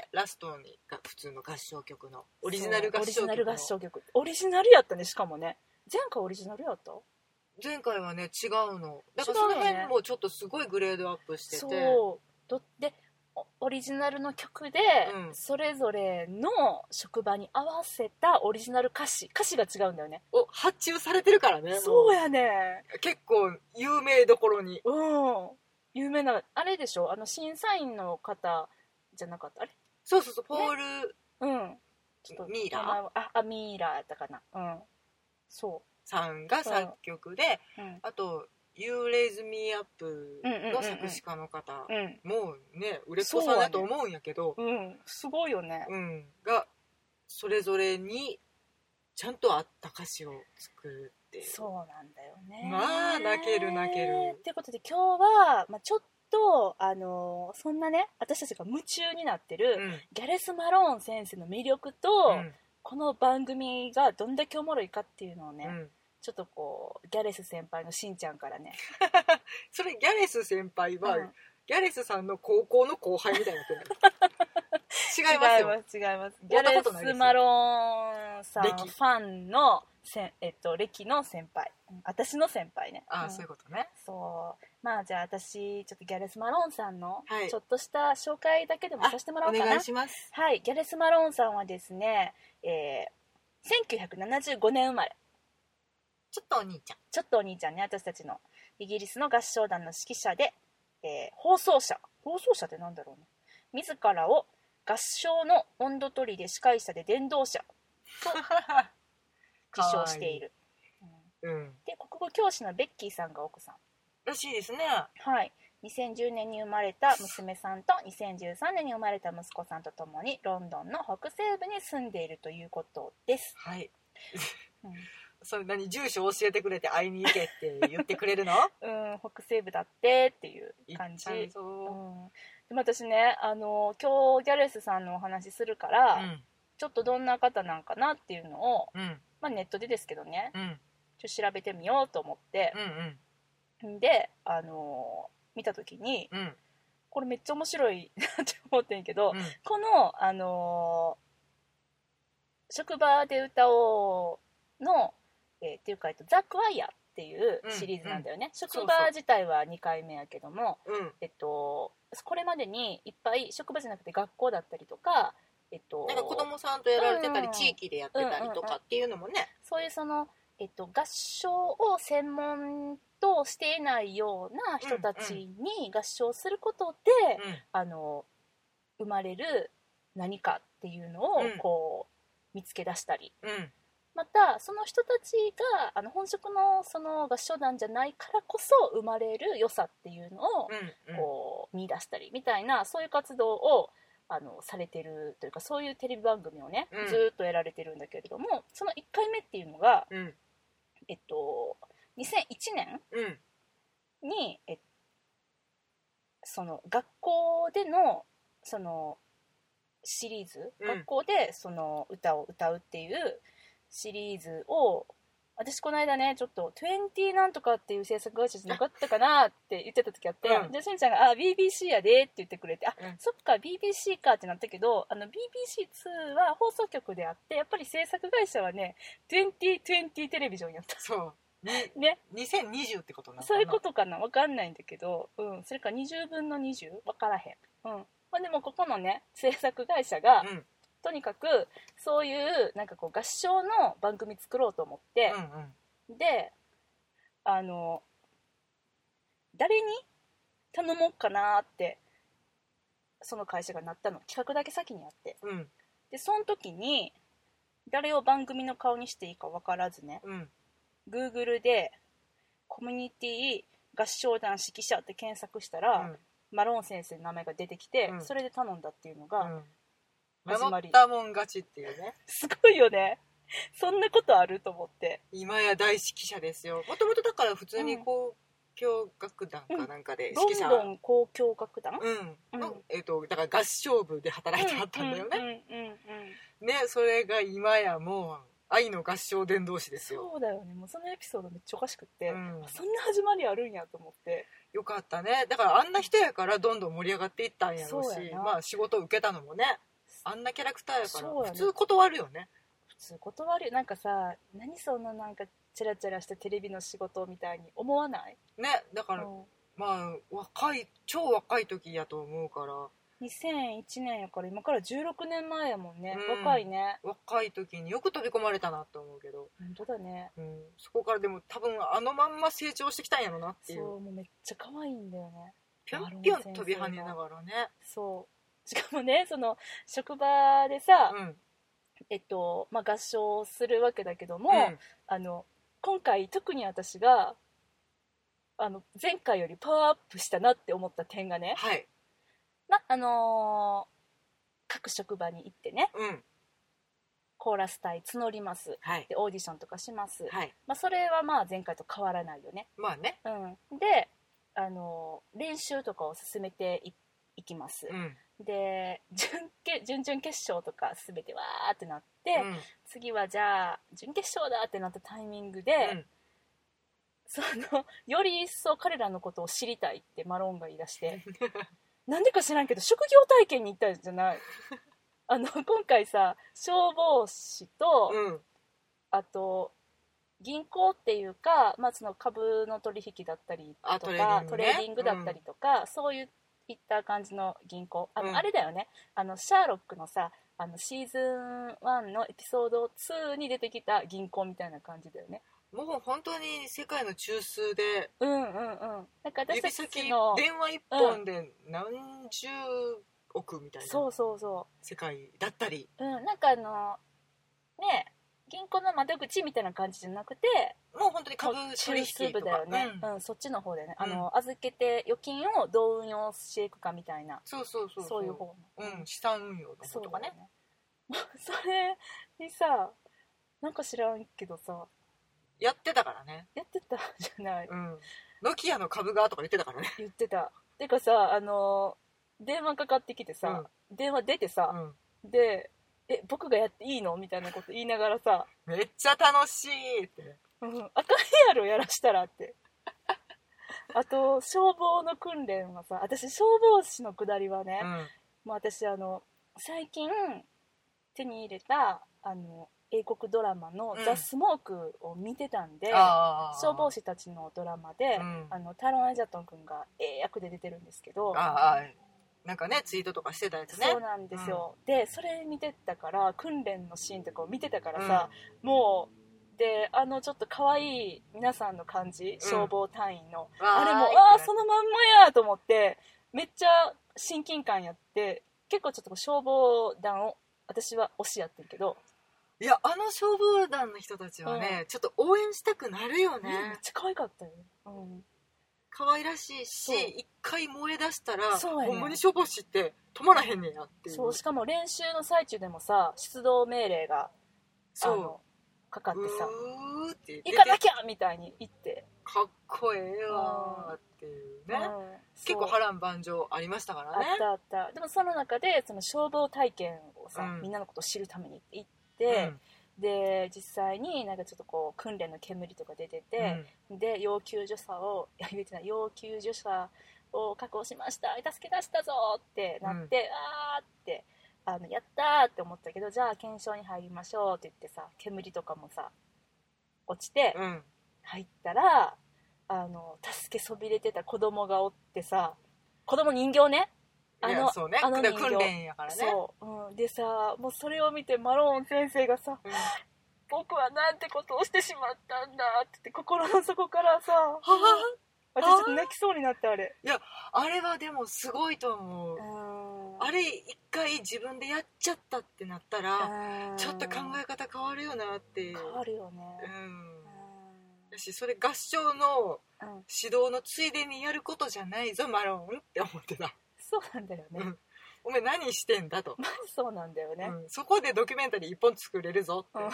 ラストに普通の合唱曲のオリジナル合唱曲。 オリジナルやったね。しかもね、前回オリジナルやった。 前回はね違うのだから、その辺もちょっとすごいグレードアップしてて、 でオリジナルの曲で、それぞれの職場に合わせたオリジナル歌詞が違うんだよね。 発注されてるからね。 そうやね。 結構有名どころに、 有名なあれでしょ。審査員の方じゃなかったあれ。 そうポール、ミイラミイラやったかな。そうさんが作曲で、あとYou Raise Me Up の作詞家の方、もうね売れっ子さんだと思うんやけど、 すごいよね、 がそれぞれにちゃんと合った歌詞を作って。 そうなんだよね。 まあ泣けるってことで今日は、ちょっとそんなね私たちが夢中になってる、ギャレス・マローン先生の魅力と、この番組がどんだけおもろいかっていうのをね、ちょっとこうギャレス先輩のしんちゃんからねそれギャレス先輩は、ギャレスさんの高校の後輩みたいになってる違いますよ。違います。ギャレス・マローンさんファンの歴の先輩、私の先輩ね。 そういうことね。 じゃあ私ちょっとギャレス・マローンさんのちょっとした紹介だけでもさせてもらおうかな。 お願いします。 はい、ギャレス・マローンさんはですね、1975年生まれ。 ちょっとお兄ちゃんね。私たちのイギリスの合唱団の指揮者で、放送者ってなんだろうね。自らを合唱の音頭取りで司会者で伝道者と自称している。で国語教師のベッキーさんが奥さんらしいですね。 はい。2010年に生まれた娘さんと2013年に生まれた息子さんとともにロンドンの北西部に住んでいるということです。 はい。それ何住所教えてくれて会いに行けって言ってくれるの？ 北西部だってっていう感じ。でも私ね、今日ギャレスさんのお話するから、ちょっとどんな方なんかなっていうのを、ネットでですけどね、ちょっと調べてみようと思って、で、見た時に、これめっちゃ面白いなって思ってんけど、この、職場で歌おうの、っていうか、ザ・クワイアっていうシリーズなんだよね。職場自体は2回目やけども、これまでにいっぱい職場じゃなくて学校だったりとか、 なんか子供さんとやられてたり、地域でやってたりとかっていうのもね、 そういう合唱を専門としていないような人たちに合唱することで、生まれる何かっていうのをこう見つけ出したり、またその人たちが本職のその合唱団じゃないからこそ生まれる良さっていうのをこう見出したりみたいな、そういう活動をされてるというか、そういうテレビ番組をね、ずっとやられてるんだけれども、その1回目っていうのが、2001年に、その学校でのそのシリーズ、学校でその歌を歌うっていうシリーズを、私この間ねちょっと20なんとかっていう制作会社じゃなかったかなって言ってた時あって、でしんちゃんがBBC やでって言ってくれて、そっか BBC かってなったけど、BBC2 は放送局であって、やっぱり制作会社はね2020テレビジョンやった。 そうね、 2020ってことなのかな。 そういうことかな、分かんないんだけど、それから20分の20分からへん。でもここのね制作会社が、 とにかくそういうなんかこう合唱の番組作ろうと思って、で誰に頼もうかなってその会社がなったの。企画だけ先にあって、でその時に誰を番組の顔にしていいか分からずね、Google でコミュニティ合唱団指揮者って検索したら、マロン先生の名前が出てきて、それで頼んだっていうのが始まり。名乗ったもん勝ちっていうね。 すごいよね。そんなことあると思って。 今や大指揮者ですよ。もともとだから普通に交響楽団かなんかで指揮者、ロンドン交響楽団、 だから合唱部で働いてはったんだよね。ね、それが今やもう愛の合唱伝道師ですよ。 そうだよね。もうそのエピソードめっちゃおかしくって、そんな始まりあるんやと思って。 よかったね。だからあんな人やからどんどん盛り上がっていったんやろうし、まあ仕事を受けたのもね、あんなキャラクターやから普通断るよね。 普通断るよ。なんかさ、何そんななんかチャラチャラしたテレビの仕事みたいに思わないね。だから、まあ超若い時やと思うから、 2001年やから今から16年前やもんね。若いね。 若い時によく飛び込まれたなって思うけど。 本当だね。 そこからでも多分あのまんま成長してきたんやろなっていう。 そう、もうめっちゃ可愛いんだよね。 ぴょんぴょん飛び跳ねながらね。 そう。しかもね、その職場でさ、合唱するわけだけども、今回特に私が前回よりパワーアップしたなって思った点がね、各職場に行ってね、コーラス隊募ります、でオーディションとかします、それはまあ前回と変わらないよね。 まあね、 で練習とかを進めていきます、で準々決勝とか全てわーってなって、次はじゃあ準決勝だってなったタイミングで、より一層彼らのことを知りたいってマロンが言い出してなんでか知らんけど職業体験に行ったんじゃない今回さ、消防士と、あと銀行っていうか、その株の取引だったりとかトレーディングだったりとか、そういった感じの銀行、あれだよね、シャーロックのさ、シーズン1のエピソード2に出てきた銀行みたいな感じだよね。 もう本当に世界の中枢で、 なんか私たち指先電話一本で何十億みたいな世界だったり、 なんかね、銀行の窓口みたいな感じじゃなくて、 もう本当に株取引とかだよね、そっちの方でね、預けて預金をどう運用していくかみたいな、そういう方の、資産運用の方とかね。 それにさ、なんか知らんけどさ、 やってたからね。 やってたじゃない、 ノキアの株がとか言ってたからね。 言ってた。てかさ、電話かかってきてさ、電話出てさ、で僕がやっていいのみたいなこと言いながらさ、 めっちゃ楽しいって、 あかんやろやらしたらってあと消防の訓練はさ、私消防士のくだりはね、もう私最近手に入れた英国ドラマのザ・スモークを見てたんで、消防士たちのドラマで、タロン・エジャトン君が役で出てるんですけど、 なんかねツイートとかしてたやつね。 そうなんですよ、でそれ見てたから、訓練のシーンとかを見てたからさ、もうでちょっと可愛い皆さんの感じ、消防隊員のあれもそのまんまやと思って、めっちゃ親近感やって、結構ちょっと消防団を私は推しやってるけど、 いや消防団の人たちはね、ちょっと応援したくなるよね。 めっちゃ可愛かったよ、 可愛らしいし、一回燃え出したら、ほんまに消防士って止まらへんねんやっていう。 そう、しかも練習の最中でもさ、出動命令がかかってさ、行かなきゃみたいに言って、 かっこええわっていうね、結構波乱万丈ありましたからね。 あったでもその中でその消防体験をさ、みんなのことを知るためにって言って、で実際になんかちょっとこう訓練の煙とか出てて、で要救助者を確保しました、助け出したぞってなって、ってやったーって思ったけど、じゃあ検証に入りましょうって言ってさ、煙とかもさ落ちて、入ったら助けそびれてた子供がおってさ、子供人形ね、 そうね、訓練やからね。 そう、でさ、もうそれを見てマローン先生がさ、僕はなんてことをしてしまったんだって言って心の底からさ、私ちょっと泣きそうになって。あれ、 いや、あれはでもすごいと思う。あれ一回自分でやっちゃったってなったらちょっと考え方変わるよなって。 変わるよね。 だし、それ合唱の指導のついでにやることじゃないぞマロンって思ってた。 そうなんだよね、 お前何してんだと。 そうなんだよね、 そこでドキュメンタリー一本作れるぞって、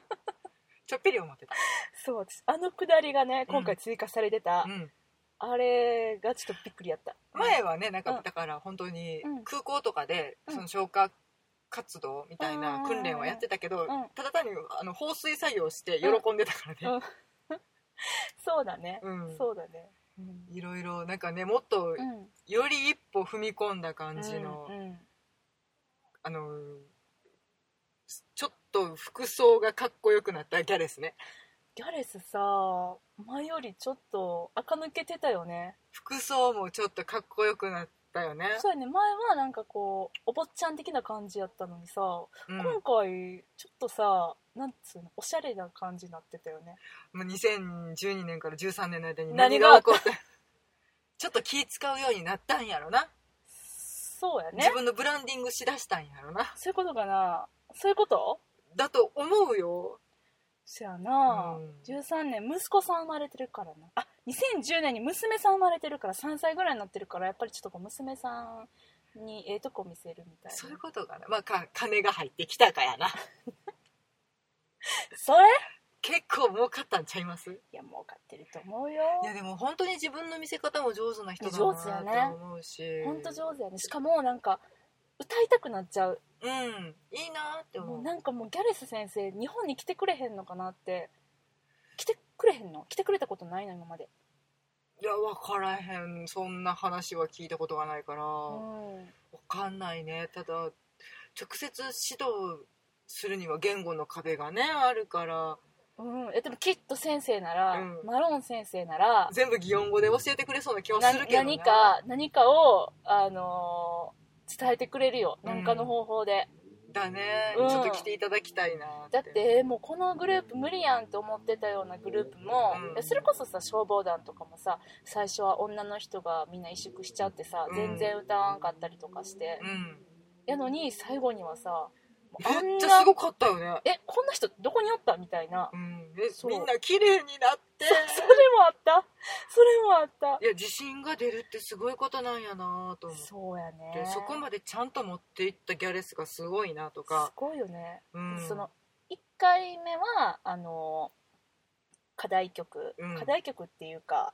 ちょっぴり思ってた。 そうです。くだりがね今回追加されてた、あれがちょっとびっくりやった。 前はね、なんかだから本当に空港とかでその消火活動みたいな訓練はやってたけど、ただ単に放水作業して喜んでたからね。 そうだね、そうだね。 いろいろなんかね、もっとより一歩踏み込んだ感じの、ちょっと服装がかっこよくなったギャレスね。 ギャレスさ、前よりちょっと垢抜けてたよね。 服装もちょっとかっこよくなったよね。 そうやね、前はなんかこうお坊ちゃん的な感じやったのにさ、今回ちょっとさ、なんつうの、おしゃれな感じになってたよね。 2012年から13年の間に何が起こってちょっと気使うようになったんやろな。 そうやね、 自分のブランディングしだしたんやろな。 そういうことかな。そういうことだと思うよ。 そやな、13年息子さん生まれてるからな。2010年に娘さん生まれてるから3歳ぐらいになってるから、やっぱりちょっとこう娘さんにとこ見せるみたいな。 そういうことかな。まあ金が入ってきたかやなそれ結構儲かったんちゃいます？ いや、儲かってると思うよ。 いやでも本当に自分の見せ方も上手な人だなと思うし、 本当上手やね。しかもなんか歌いたくなっちゃう。 いいなって思う。 なんかもうギャレス先生日本に来てくれへんのかなって。来てくれへんの？来てくれたことないの今まで。 いや、分からへん。そんな話は聞いたことがないから、分かんないね。ただ直接指導するには言語の壁がねあるから。 でもきっと先生なら、マロン先生なら全部擬音語で教えてくれそうな気はするけどね。 何かを伝えてくれるよ、何かの方法で。 だね、ちょっと来ていただきたいなって。 だってもうこのグループ無理やんと思ってたようなグループも、それこそさ、消防団とかもさ、最初は女の人がみんな萎縮しちゃってさ、全然歌わんかったりとかして、やのに最後にはさ、 めっちゃすごかったよね。 こんな人どこにおったみたいな、 みんな綺麗になって。 それもあった。 いや、自信が出るってすごいことなんやなと思って。 そうやね。 でそこまでちゃんと持っていったギャレスがすごいなとか。 すごいよね。その1回目は課題曲っていうか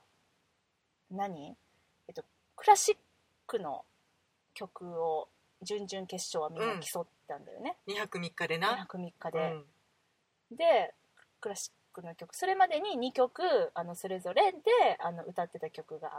クラシックの曲を準々決勝はみんな競ったんだよね、 2泊3日でな。 2泊3日で、でクラシックの曲、それまでに2曲それぞれで歌ってた曲があって、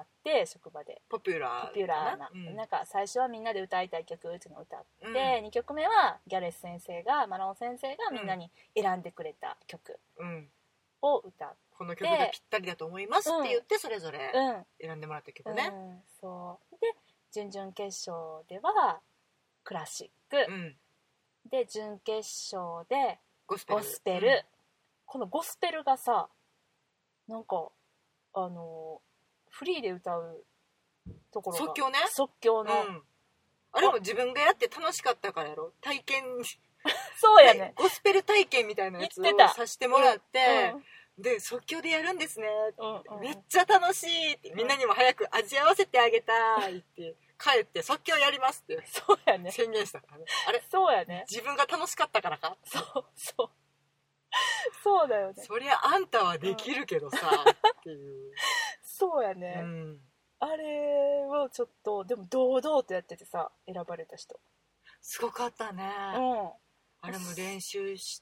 職場でポピュラーな、なんか最初はみんなで歌いたい曲っていうのを歌って、2曲目はギャレス先生がマロン先生がみんなに選んでくれた曲を歌って、 この曲でぴったりだと思いますって言って、それぞれ選んでもらった曲ね、 そうで準々決勝ではクラシック、で準決勝でゴスペル、このゴスペルがさ、なんかフリーで歌うところが即興の、 あれも自分がやって楽しかったからやろ、体験そうやね、 ゴスペル体験みたいなやつをさせてもらって、で即興でやるんですね、めっちゃ楽しいって、みんなにも早く味合わせてあげたいって帰って即興やりますって宣言したからね。あれ、 そうやね、 自分が楽しかったからか。 そうだよね。 そりゃあんたはできるけどさ、っていう。 そうやね、あれをちょっとでも堂々とやっててさ、選ばれた人すごかったね、あれも練習して、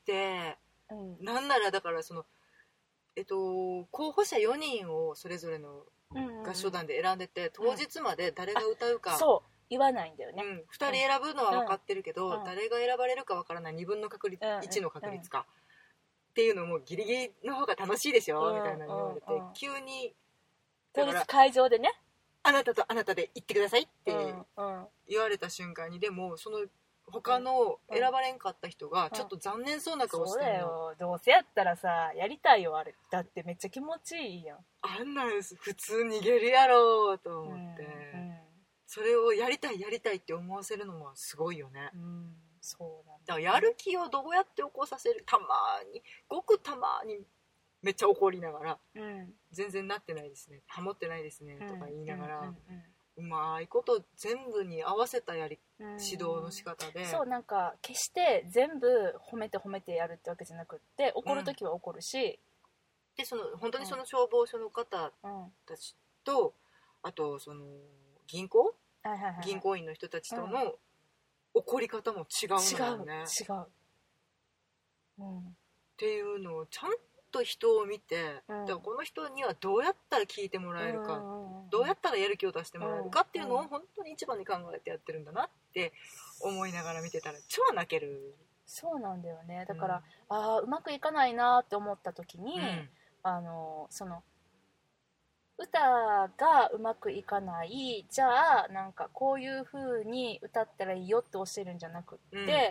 なんならだからその候補者4人をそれぞれの合唱団で選んでて、当日まで誰が歌うか、 そう言わないんだよね、 2人選ぶのは分かってるけど、誰が選ばれるか分からない2分の確率、1の確率かっていうのもギリギリの方が楽しいでしょ、みたいなの言われて、急に当日会場でね、 あなたとあなたで行ってくださいって言われた瞬間に、でもその他の選ばれんかった人がちょっと残念そうな顔してるの、 そうだよ、どうせやったらさやりたいよあれ、だってめっちゃ気持ちいいやん。 あんなん普通逃げるやろと思って、それをやりたいやりたいって思わせるのはすごいよね。 そうなんだからやる気をどうやって起こさせる、たまにごくたまにめっちゃ怒りながら、全然なってないですね、ハモってないですねとか言いながら、うまいこと全部に合わせた指導の仕方で、 そう、なんか決して全部褒めてやるってわけじゃなくって、怒るときは怒るし、 で本当にその消防署の方たちと、あとその銀行員の人たちとの怒り方も違うんだよね。 違う、 っていうのをちゃんと人を見て、だからこの人にはどうやったら聞いてもらえるか、どうやったらやる気を出してもらえるかっていうのを本当に一番に考えてやってるんだなって思いながら見てたら超泣ける。 そうなんだよね。だから、うまくいかないなって思った時に、その歌がうまくいかない、じゃあなんかこういう風に歌ったらいいよって教えるんじゃなくって、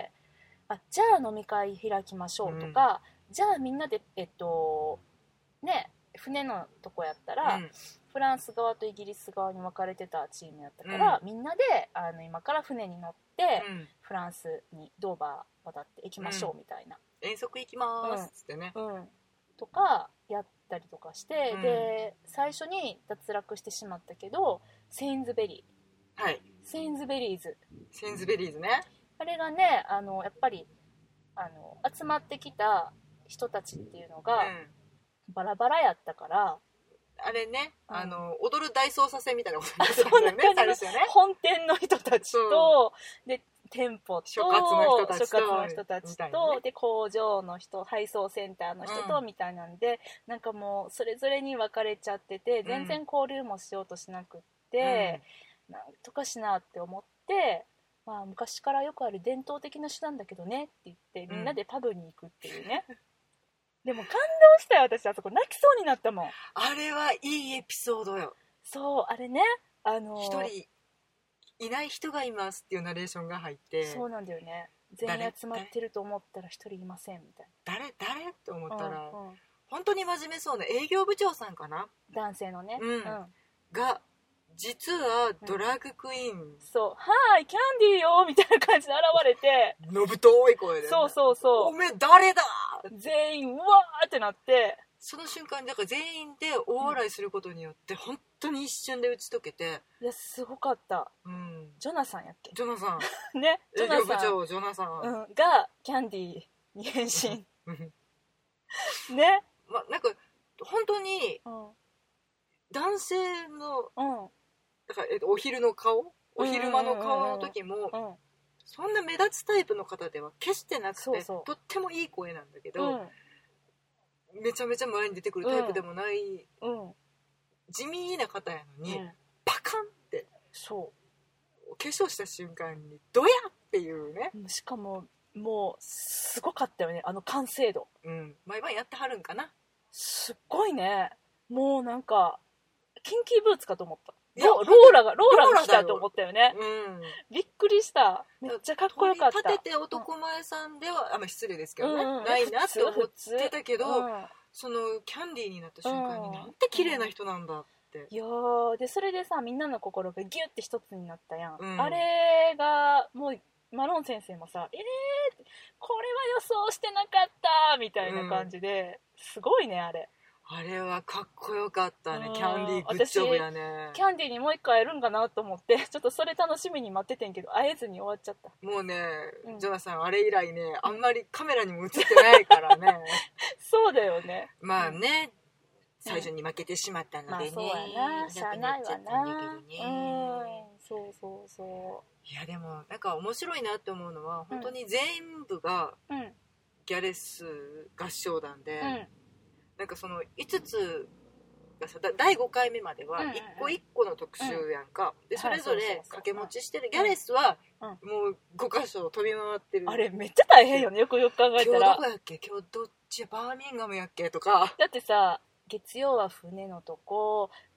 じゃあ飲み会開きましょうとか、じゃあみんなでね、船のとこやったら、フランス側とイギリス側に分かれてたチームやったから、みんなで今から船に乗って、フランスにドーバー渡って行きましょうみたいな、 遠足行きますっつってね、 とかやったりとかして、で最初に脱落してしまったけどセインズベリー、セインズベリーズね、 あれがね、やっぱり集まってきた人たちっていうのがバラバラやったから、 あれね、踊る大捜査線みたいなことになってたんだよね、最初ね。 本店の人たちと、で店舗と所轄の人たちと、で工場の人、配送センターの人とみたいなんで、なんかもうそれぞれに分かれちゃってて、全然交流もしようとしなくって、なんとかしなって思って、昔からよくある伝統的な手段だけどねって言ってみんなでパブに行くっていうね、でも感動したよ私、あそこ泣きそうになったもん。 あれはいいエピソードよ。 そう、あれね、 一人いない人がいますっていうナレーションが入って、 そうなんだよね、全員集まってると思ったら一人いませんみたいな、誰って思ったら、本当に真面目そうな営業部長さんかな、 男性のね、 が実はドラッグクイーン、 そう、はーいキャンディーよみたいな感じで現れて、 のぶとい声で、 そうおめえ誰だ、 全員うわーってなって、 その瞬間にだから全員で大笑いすることによって本当に一瞬で打ち解けて、 いやすごかった、ジョナサンやっけ、 ジョナサンね、 営業部長ジョナサン、 がキャンディーに変身ね、 なんか本当に男性の、だからお昼の顔、お昼間の顔の時も、そんな目立つタイプの方では決してなくて、とってもいい声なんだけど、めちゃめちゃ前に出てくるタイプでもない、地味な方やのに、パカンってそう化粧した瞬間にドヤっていうね、 しかももうすごかったよね、完成度、 毎晩やってはるんかな、 すっごいね、もうなんかキンキーブーツかと思った、ローラが来たと思ったよね、びっくりした、めっちゃかっこよかった。 立てて男前さんでは、失礼ですけどね、ないなって思ってたけど、そのキャンディーになった瞬間になんて綺麗な人なんだって、 いやでそれでさ、みんなの心がギュッて一つになったやん、あれがもうマロン先生もさ、これは予想してなかったみたいな感じで、すごいねあれはかっこよかったね、キャンディーグッジョブやね。 キャンディーにもう一回会えるんかなと思ってちょっとそれ楽しみに待っててんけど会えずに終わっちゃった。 もうね、ジョナさんあれ以来ね、あんまりカメラにも映ってないからねそうだよね、 まあね、最初に負けてしまったのでね、 そうやな、しゃあないわな、そういやでもなんか面白いなって思うのは、本当に全部がギャレス合唱団で、なんかその5つがさ、第5回目までは1個1個の特集やんか、でそれぞれ掛け持ちしてる、ギャレスはもう5箇所飛び回ってる、 あれめっちゃ大変よね、よくよく考えたら。 今日どこやっけ、今日どっちバーミンガムやっけとか、 だってさ、月曜は船のとこ、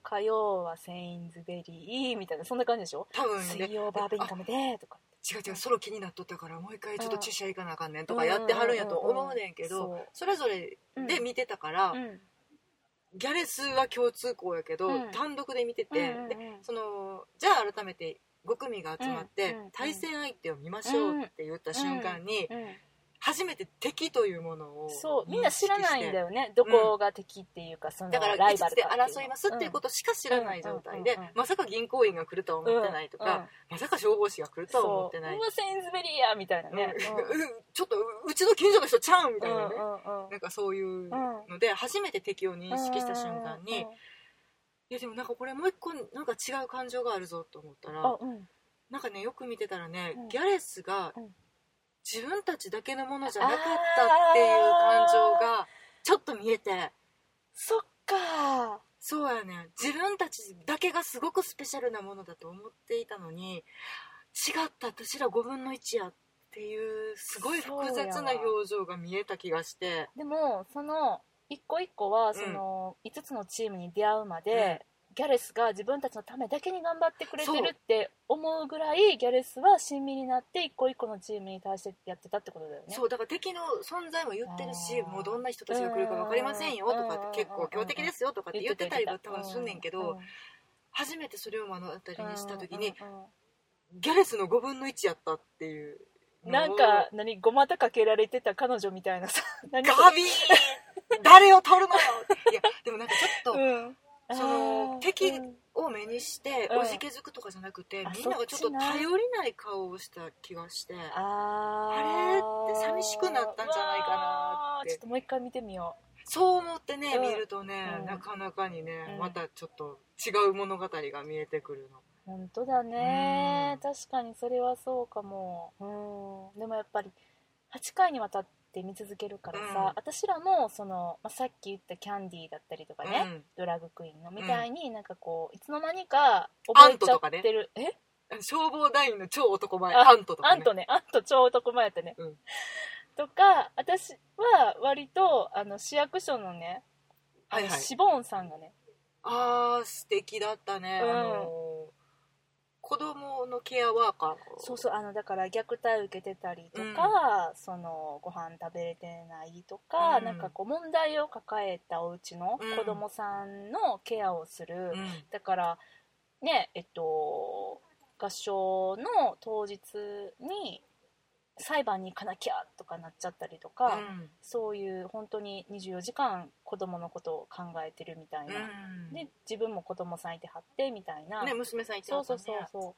火曜はセインズベリーみたいな、そんな感じでしょ。 多分ね、 水曜バーベンカムでとか、 違うソロ気になっとったからもう一回ちょっと注射行かなあかんねんとかやってはるんやと思うねんけど、それぞれで見てたから、ギャレスは共通項やけど、単独で見てて、でじゃあ改めて5組が集まって対戦相手を見ましょうって言った瞬間に初めて敵というものをそうみんな知らないんだよね、どこが敵っていうか、そのだからライバルかっていう 5つで争いますっていうことしか知らない状態で、まさか銀行員が来るとは思ってないとか、まさか消防士が来るとは思ってない、 うわセインズベリーやみたいなね、 ちょっとうちの近所の人ちゃうんみたいなね、なんかそういうので初めて敵を認識した瞬間に、いやでもなんかこれもう一個なんか違う感情があるぞと思ったら、なんかねよく見てたらね、ギャレスが自分たちだけのものじゃなかったっていう感情がちょっと見えて、 そっか、 そうやね、自分たちだけがすごくスペシャルなものだと思っていたのに、違った、私ら5分の1やっていうすごい複雑な表情が見えた気がして。 でもその一個一個はその5つのチームに出会うまで、ギャレスが自分たちのためだけに頑張ってくれてるって思うぐらいギャレスは親身になって一個一個のチームに対してやってたってことだよね。 そうだから敵の存在も言ってるし、もうどんな人たちが来るか分かりませんよとかって、結構強敵ですよとかって言ってたりは多分すんねんけど、初めてそれを目の当たりにした時にギャレスの5分の1やったっていう、 なんかごまたかけられてた彼女みたいなさ、 ガビー誰を取るのよいやでもなんかちょっと、その敵を目にしておじけづくとかじゃなくて、みんながちょっと頼りない顔をした気がして、あれって寂しくなったんじゃないかなって。 ちょっともう一回見てみよう。そう思ってね、見るとね、なかなかにね、またちょっと違う物語が見えてくるの。 本当だね、確かにそれはそうかも。でもやっぱり8回にわたって見続けるからさ、私らもその、さっき言ったキャンディーだったりとかね、ドラッグクイーンのみたいに、なんかこういつの間にか覚えちゃってる、 消防団員の超男前アントとかね、 アント超男前やったね、とか、私は割と市役所のね、シボーンさんがね、 素敵だったね、子供のケアワーカー、 そうだから虐待受けてたりとか、そのご飯食べれてないとか、なんかこう問題を抱えたお家の子供さんのケアをする、だからね、合唱の当日に裁判に行かなきゃとかなっちゃったりとか、そういう本当に24時間子供のことを考えてるみたいな、で自分も子供さんいてはってみたいな、 娘さんいてはったね。 そう、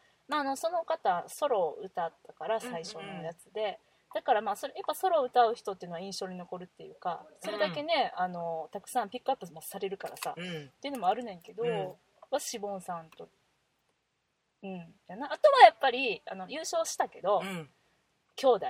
その方ソロを歌ったから最初のやつで、だからそれやっぱソロを歌う人っていうのは印象に残るっていうか、それだけね、たくさんピックアップもされるからさ、っていうのもあるねんけど、シボンさんとやな。あとはやっぱり優勝したけど、兄弟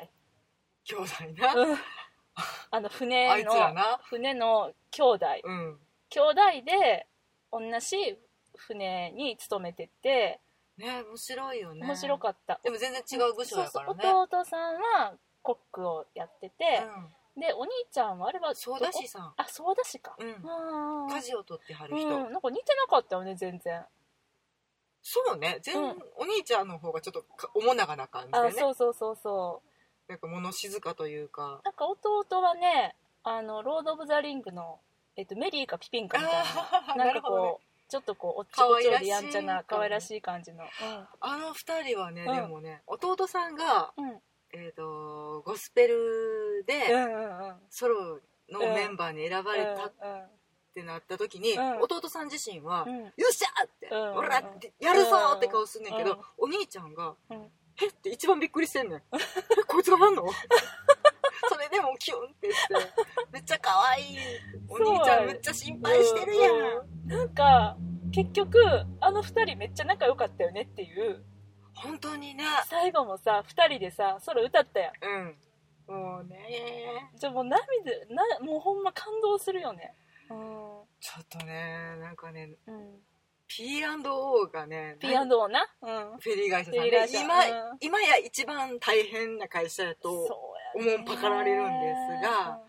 な、船の兄弟、兄弟で同じ船に勤めててね、面白いよね。 面白かった。 でも全然違う部署だからね。 弟さんはコックをやってて、でお兄ちゃんはあれはソーダ師さん。 ソーダ師か。 舵を取ってはる人。 なんか似てなかったよね全然。 そうね、お兄ちゃんの方がちょっと面長な感じでね。 そうなんか物静かというか。 なんか弟はね、ロード・オブ・ザ・リングの、メリーかピピンかみたいな、なんかこうちょっとこうおっちょこちょいでやんちゃな可愛らしい感じの、 二人はね、でもね、弟さんが、ゴスペルで、ソロのメンバーに選ばれたってなった時に、弟さん自身は、よっしゃーって、おらってやるぞーって顔すんねんけど、お兄ちゃんが、へって一番びっくりしてんねん。こいつがなんのそれでもキュンってしてめっちゃ可愛いお兄ちゃんめっちゃ心配してるやん。 なんか結局2人めっちゃ仲良かったよねっていう。 本当にね、 最後もさ2人でさソロ歌ったやん。もうね、 じゃもうもうほんま感動するよね。 ちょっとね、なんかね、P&O がね、 P&O な、 フェリー会社さんね、今や一番大変な会社やと思うぱかられるんですが、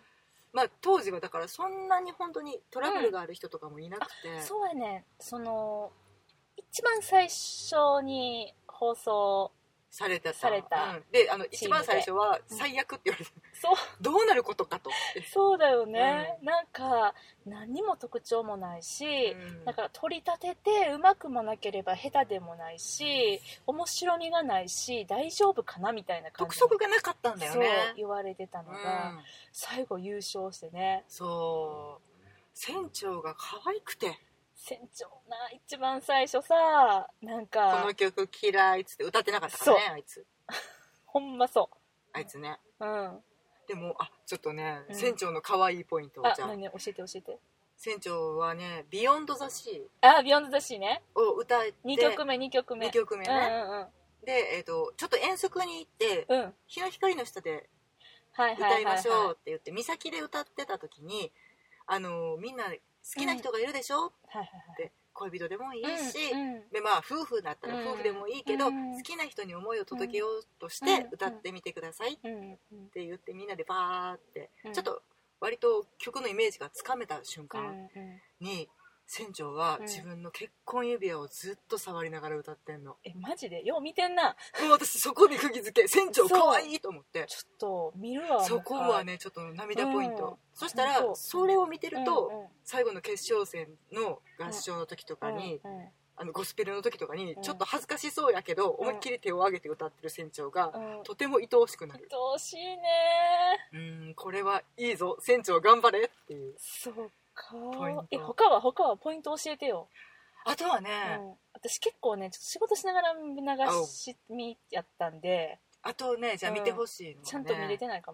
まあ当時はだからそんなに本当にトラブルがある人とかもいなくて、 そうやね、一番最初に放送された、 で一番最初は最悪って言われて、 そうどうなることかとそうだよね、なんか何にも特徴もないし、だから取り立ててうまくもなければ下手でもないし、面白みがないし大丈夫かなみたいな感じ、 督促がなかったんだよね、 そう言われてたのが、最後優勝してね。 そう船長が可愛くて、 船長な、一番最初さ、なんかこの曲嫌いっつって歌ってなかったからね、あいつほんまそう、 あいつね。 うんでもちょっとね、船長の可愛いポイントをじゃあ、 何教えて。 船長はね、ビヨンドザシー、ビヨンドザシーねを歌って 2曲目ね、で、ちょっと遠足に行って、日の光の下で歌いましょうって言って岬で歌ってた時に、みんな好きな人がいるでしょって恋人でもいいし、でまあ夫婦だったら夫婦でもいいけど、好きな人に思いを届けようとして歌ってみてくださいって言って、みんなでバーって、ちょっと割と曲のイメージがつかめた瞬間に、船長は自分の結婚指輪をずっと触りながら歌ってんの。 マジでよう見てんな。 もう私そこに釘付け、船長かわいいと思って、 ちょっと見るわ。 そこはねちょっと涙ポイント、そしたらそれを見てると、最後の決勝戦の合唱の時とかに、ゴスペルの時とかに、ちょっと恥ずかしそうやけど、思いっきり手を挙げて歌ってる船長が、とても愛おしくなる。 愛おしいね。 これはいいぞ、船長頑張れっていう。 そうか。他はポイント教えてよ。 あとはね、 私結構ねちょっと仕事しながら流し見やったんで、 あとね、じゃあ見てほしいのはね、 ちゃんと見れてないかも。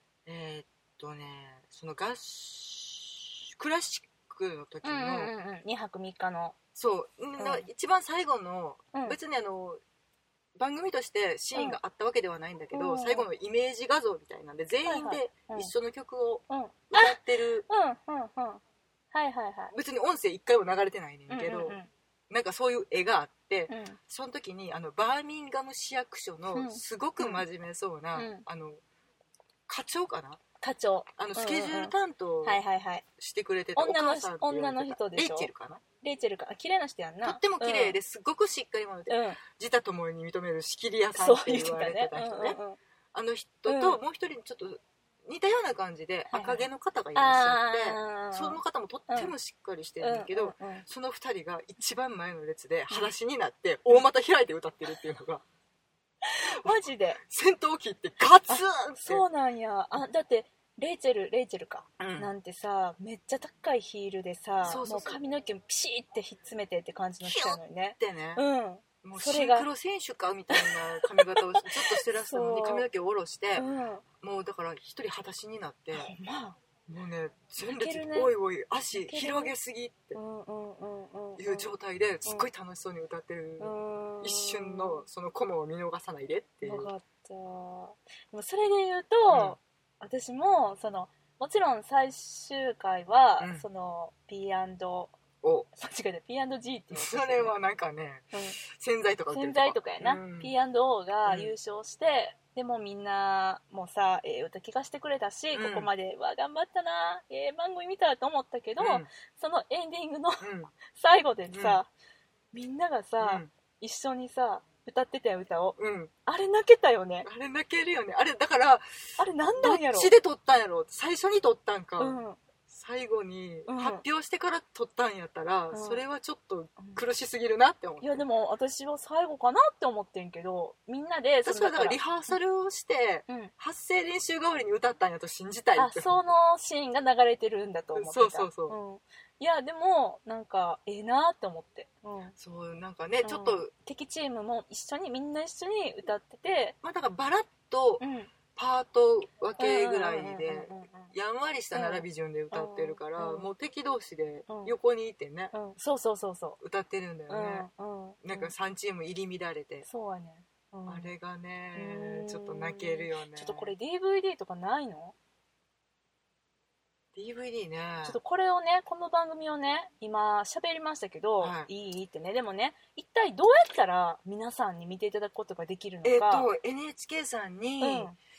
そのクラシックの時の、 2泊3日の、 そう、一番最後の、別に番組としてシーンがあったわけではないんだけど、最後のイメージ画像みたいなんで、全員で一緒の曲を歌ってる、別に音声一回も流れてないねんけど、なんかそういう絵があって、その時にバーミンガム市役所のすごく真面目そうな、課長かな、スケジュール担当してくれてたお母さんって言われてた、レイチェルかな、 綺麗な人やんな。 とっても綺麗ですごくしっかり者で、自他ともに認める仕切り屋さんって言われてた人ね。あの人ともう一人ちょっと似たような感じで赤毛の方がいらっしゃって、その方もとってもしっかりしてるんだけど、その2人が一番前の列で裸足になって大股開いて歌ってるっていうのがマジで戦闘機ってガツンって。 そうなんや。だってレイチェルか、なんてさ、めっちゃ高いヒールでさ、もう髪の毛ピシーってひっつめてって感じの人なのにね。 ヒュッてね、もうシンクロ選手かみたいな髪型をずっとしてらしたのに髪の毛を下ろして、もうだから一人裸足になって、もうね前列おいおい足広げすぎっていう状態ですっごい楽しそうに歌ってる、一瞬のそのコマを見逃さないでっていう。分かった。でもそれで言うと、私ももちろん最終回は、その P&G って言う。 それはなんかね、洗剤とか売ってるとか、 洗剤とかやな、P&O が優勝して、でもみんなもうさ、歌聞かせてくれたし、ここまでは頑張ったな、番組見たと思ったけど、そのエンディングの最後でさ、みんながさ、一緒にさ歌ってたよ、歌を、あれ泣けたよね。 あれ泣けるよね。あれだから、 あれなんなんやろ、 どっちで撮ったんやろ、最初に撮ったんか、最後に発表してから撮ったんやったら、それはちょっと苦しすぎるなって思って。 いやでも私は最後かなって思ってんけど、みんなで私はだからリハーサルをして、発声練習代わりに歌ったんやと信じたいって。 そのシーンが流れてるんだと思ってた。そう、いやでもなんかなって思って、 そうなんかね、ちょっと敵チームもみんな一緒に歌ってて、 だからバラッとパート分けぐらいでやんわりした並び順で歌ってるから、もう敵同士で横にいてね、 そう歌ってるんだよね。なんか3チーム入り乱れて、 そうやね、 あれがねちょっと泣けるよね。 ちょっとこれ DVD とかないの？ DVD ね。 ちょっとこれをね、この番組をね今喋りましたけど、いいってね、でもね、一体どうやったら皆さんに見ていただくことができるのか。 NHK さんに、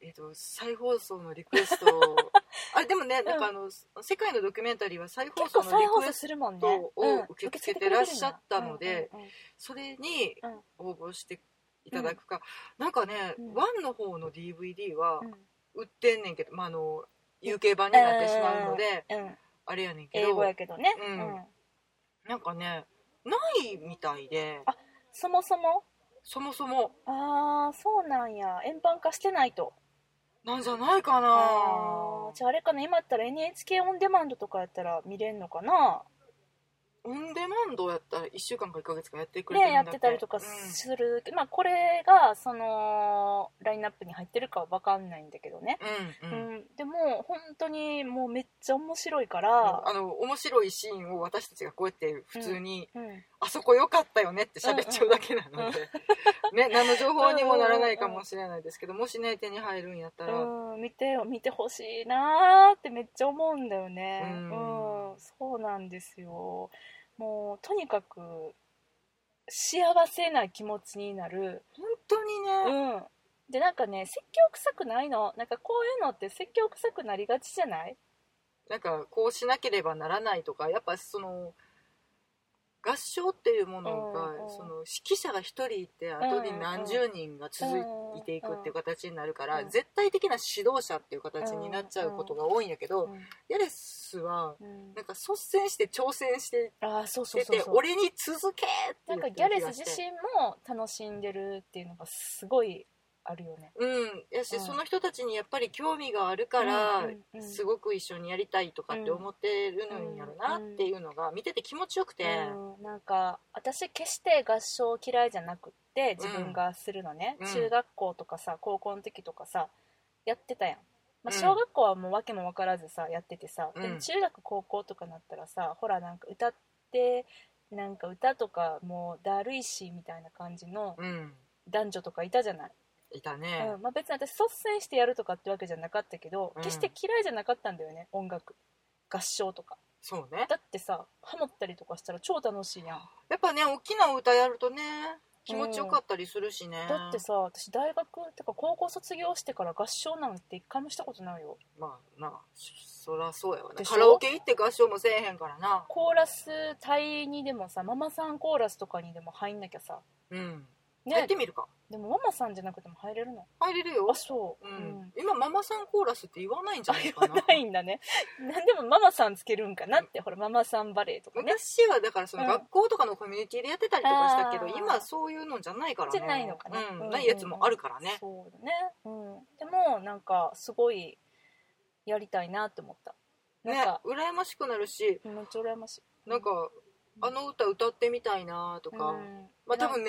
再放送のリクエストあれでもね、なんか世界のドキュメンタリーは再放送のリクエストを受け付けてらっしゃったので、それに応募していただくか、なんかね、1の方の DVD は売ってんねんけど、UK 版になってしまうので、あれやねんけど、 英語やけどね、 なんかねないみたいで。 あ、そもそもああ、そうなんや。円盤化してないとなんじゃないかな。 じゃああれかな、今やったら NHK オンデマンドとかやったら見れんのかな。 オンデマンドやったら1週間か1ヶ月かやってくれてるんだっけ、 ね、やってたりとかする、これがそのラインナップに入ってるかは分かんないんだけどね、でも本当にもうめっちゃ面白いから、 面白いシーンを私たちがこうやって普通に、あそこ良かったよねって喋っちゃうだけなので、ね、何の情報にもならないかもしれないですけど、もしね手に入るんやったら、 見てほしいなーってめっちゃ思うんだよね。そうなんですよ。もうとにかく幸せな気持ちになる。 本当にね、 でなんかね、説教臭くないの。なんかこういうのって説教臭くなりがちじゃない？ なんかこうしなければならないとか、やっぱその合唱っていうものが、その指揮者が一人いて後に何十人が続いていくっていう形になるから、絶対的な指導者っていう形になっちゃうことが多いんやけど、ヤレスはなんか率先して挑戦してて、俺に続けって言ってる気がして、 なんかギャレス自身も楽しんでるっていうのがすごいあるよね。 やし、その人たちにやっぱり興味があるから、すごく一緒にやりたいとかって思ってるのやろなっていうのが見てて気持ちよくて、 なんか私決して合唱嫌いじゃなくって自分がするのね、中学校とかさ高校の時とかさやってたやん、小学校はもう訳も分からずさやっててさ、でも中学高校とかなったらさ、ほらなんか歌ってなんか歌とかもうだるいしみたいな感じの男女とかいたじゃない。 いたね、 別に私率先してやるとかってわけじゃなかったけど、決して嫌いじゃなかったんだよね、音楽合唱とか。 そうね、 だってさハモったりとかしたら超楽しいやん。 やっぱね大きな歌やるとね気持ちよかったりするしね、 だってさ私大学ってか高校卒業してから合唱なんて一回もしたことないよ。 まあな、そらそうやわね。カラオケ行って合唱もせえへんからな。 コーラス隊にでもさ、ママさんコーラスとかにでも入んなきゃさ、 ね、入ってみるか。 でもママさんじゃなくても入れるの？ 入れるよ。 あ、そう、 今ママさんコーラスって言わないんじゃないかな。 言わないんだね。なんでもママさんつけるんかなって、ほらママさんバレーとかね。 昔はだからその学校とかのコミュニティでやってたりとかしたけど、今そういうのじゃないからね。 じゃないのかな。 ないやつもあるからね。 そうだね。でもなんかすごいやりたいなって思った。 なんか羨ましくなるし、 めっちゃ羨ましい。 なんかあの歌歌ってみたいなとか、多分ね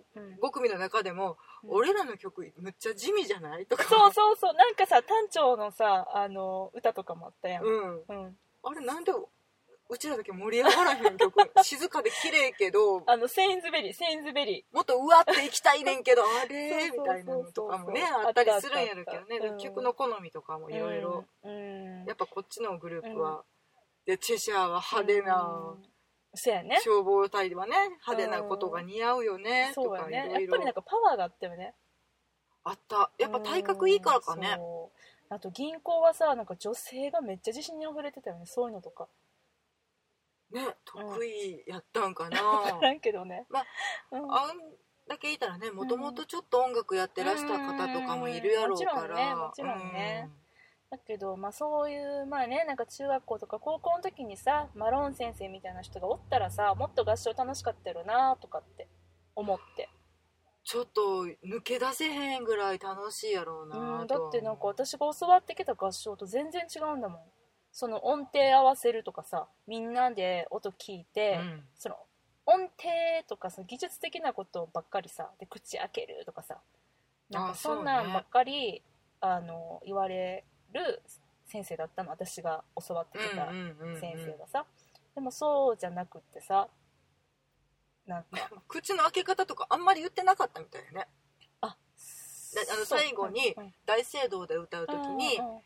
5組の中でも、俺らの曲むっちゃ地味じゃないとか、 そうなんかさ短調のさ歌とかもあったやん、 あれなんでうちらだけ盛り上がらへん曲静かで綺麗けどセインズベリーもっとうわっていきたいねんけどあれみたいなのとかもねあったりするんやるけどね、曲の好みとかもいろいろやっぱこっちのグループは、でチェシャーは派手な、 そうやね、 消防隊ではね派手なことが似合うよね、とかいろいろ、 やっぱりなんかパワーがあったよね。 あった。やっぱ体格いいからかね。 あと銀行はさなんか女性がめっちゃ自信にあふれてたよね、そういうのとかね、得意やったんかな。 分からんけどね、 あんだけいたらね、もともとちょっと音楽やってらした方とかもいるやろうから、 もちろんね、だけどそういうなんか中学校とか高校の時にさマロン先生みたいな人がおったらさもっと合唱楽しかったよなとかって思って、 ちょっと抜け出せへんぐらい楽しいやろうなだってなんか私が教わってきた合唱と全然違うんだもん。その音程合わせるとかさ、みんなで音聞いて、その音程とかその技術的なことばっかりさで口開けるとかさ、なんかそんなんばっかり、言われる先生だったの、私が教わってきた先生がさ、でもそうじゃなくってさ、なんか口の開け方とかあんまり言ってなかったみたいね。最後に大聖堂で歌う時に、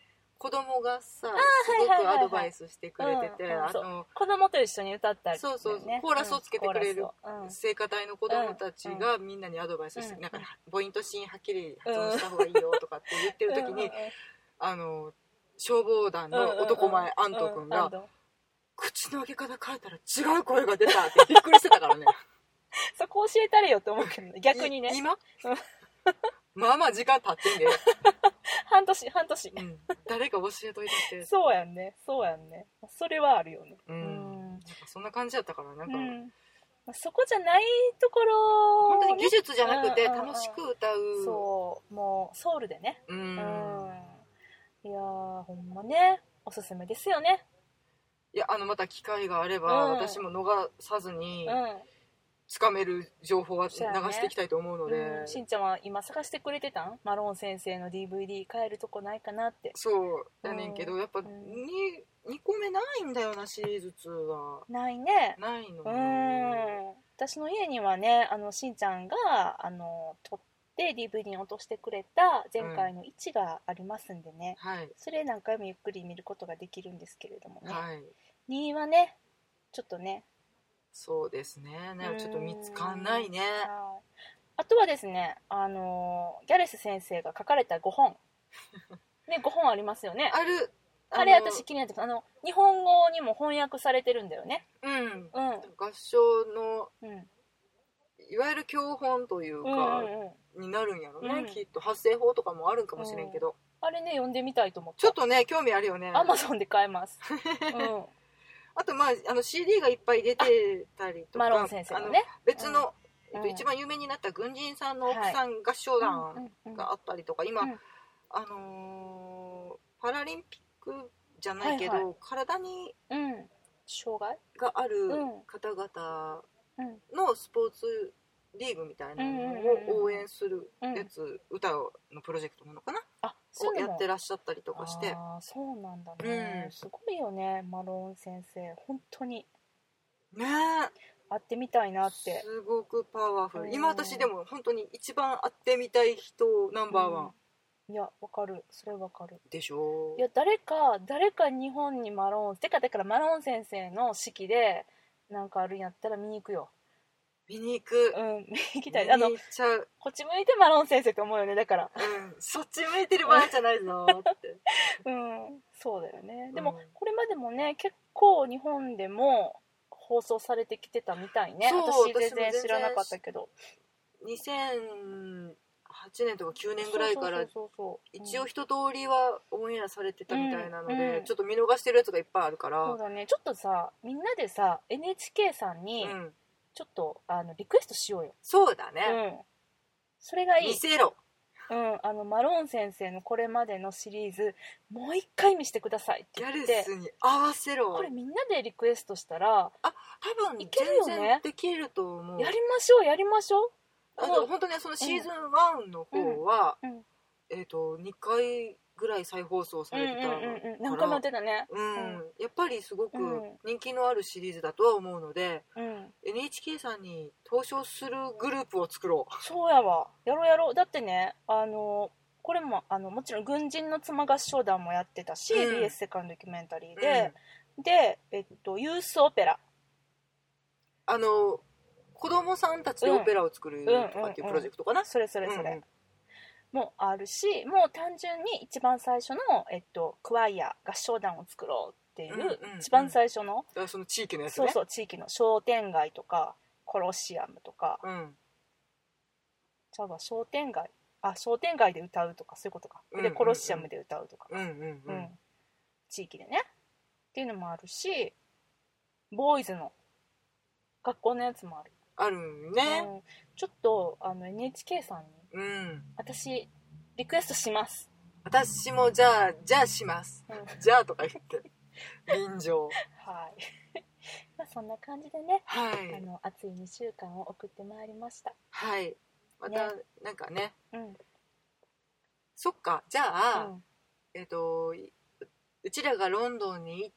子供がさ、すごくアドバイスしてくれてて、 子供と一緒に歌ったり、ね、 そうコーラスをつけてくれる聖歌隊の子供たちがみんなにアドバイスして、なんか母音と子音はっきり発音した方がいいよとかって言ってる時に、消防団の男前アント君が、口の開け方変えたら違う声が出たってびっくりしてたからね。 そこ教えたれよって思うけどね、逆にね。 今まあまあ時間経ってんで。 半年、 誰か教えといてって。 そうやんね。それはあるよね。 そんな感じだったからなんか、 そこじゃないところ、 本当に技術じゃなくて楽しく歌う、 そうもうソウルでね。いやほんまね、おすすめですよね。 いやまた機会があれば、私も逃さずに、つかめる情報は流していきたいと思うので、 しんちゃんは今探してくれてたん？マロン先生の DVD 買えるとこないかなって。 そうやねんけど、やっぱ2個目ないんだよな、シリーズ2は。 ないね。 ないの。 私の家にはね、しんちゃんが撮って DVD に落としてくれた前回の1がありますんでね、それ何回もゆっくり見ることができるんですけれどもね、2はねちょっとね、 そうですね、ちょっと見つかんないね。 あとはですね、ギャレス先生が書かれた5本ね、5本ありますよね。あれ私気になってます。日本語にも翻訳されてるんだよね。 合唱の、いわゆる教本というか、になるんやろね、きっと発声法とかもあるんかもしれんけど、 あれね読んでみたいと思って。 ちょっとね興味あるよね。 Amazon で買えます。 あとCD がいっぱい出てたりとか、 マロン先生のね、 別の、一番有名になった軍人さんの奥さん合唱団があったりとか、今、パラリンピックじゃないけど、体に障害がある方々のスポーツリーグみたいなのを応援するやつ、歌のプロジェクトなのかな、をやってらっしゃったりとかして。 そうなんだね、すごいよね、マロン先生本当にね、 会ってみたいなって。 すごくパワフル。今私でも本当に一番会ってみたい人ナンバーワン。 いやわかる、それわかるでしょ。 いや誰か日本にマロンだからマロン先生の式でなんかあるんやったら見に行くよ。 見に行く。 見に行きたい。 見に行っちゃう。 こっち向いてマロン先生って思うよね、だから。 そっち向いてる場合じゃないぞって。 そうだよね。でも、これまでもね、結構日本でも放送されてきてたみたいね。私全然知らなかったけど。 2008年とか9年ぐらいから一応一通りはオンエアされてたみたいなので、ちょっと見逃してるやつがいっぱいあるから。そうだね。ちょっとさ、みんなでさ NHK さんに、ちょっとリクエストしようよ。 そうだね、 それがいい。 見せろ。 マロン先生のこれまでのシリーズもう一回見せてくださいって言って、 ギャレスに合わせろ。 これみんなでリクエストしたら多分いけるよね。 全然できると思う。 やりましょう。 本当にそのシーズン1の方は、2回ぐらい再放送されてたから、 何回もやってたね。 やっぱりすごく人気のあるシリーズだとは思うので、NHK さんに投書するグループを作ろう。 そうやわ、やろう。だってね、これももちろん軍人の妻合唱団もやってたし、BS セカンドドキュメンタリーで、ユースオペラ、 子供さんたちでオペラを作るとかっていうプロジェクトかな。 それもあるし、もう単純に一番最初の、クワイア合唱団を作ろうっていう、一番最初のその地域のやつね。 そう地域の商店街とかコロシアムとか、商店街で歌うとかそういうことか、でコロシアムで歌うとか、地域でねっていうのもあるし、ボーイズの学校のやつもあるね、 ちょっとNHK さんに、私リクエストします。 私もじゃあします、じゃあとか言って便乗そんな感じでね、暑い2週間を送ってまいりました。 またなんかね、そっか、じゃあ、うちらがロンドンに行って、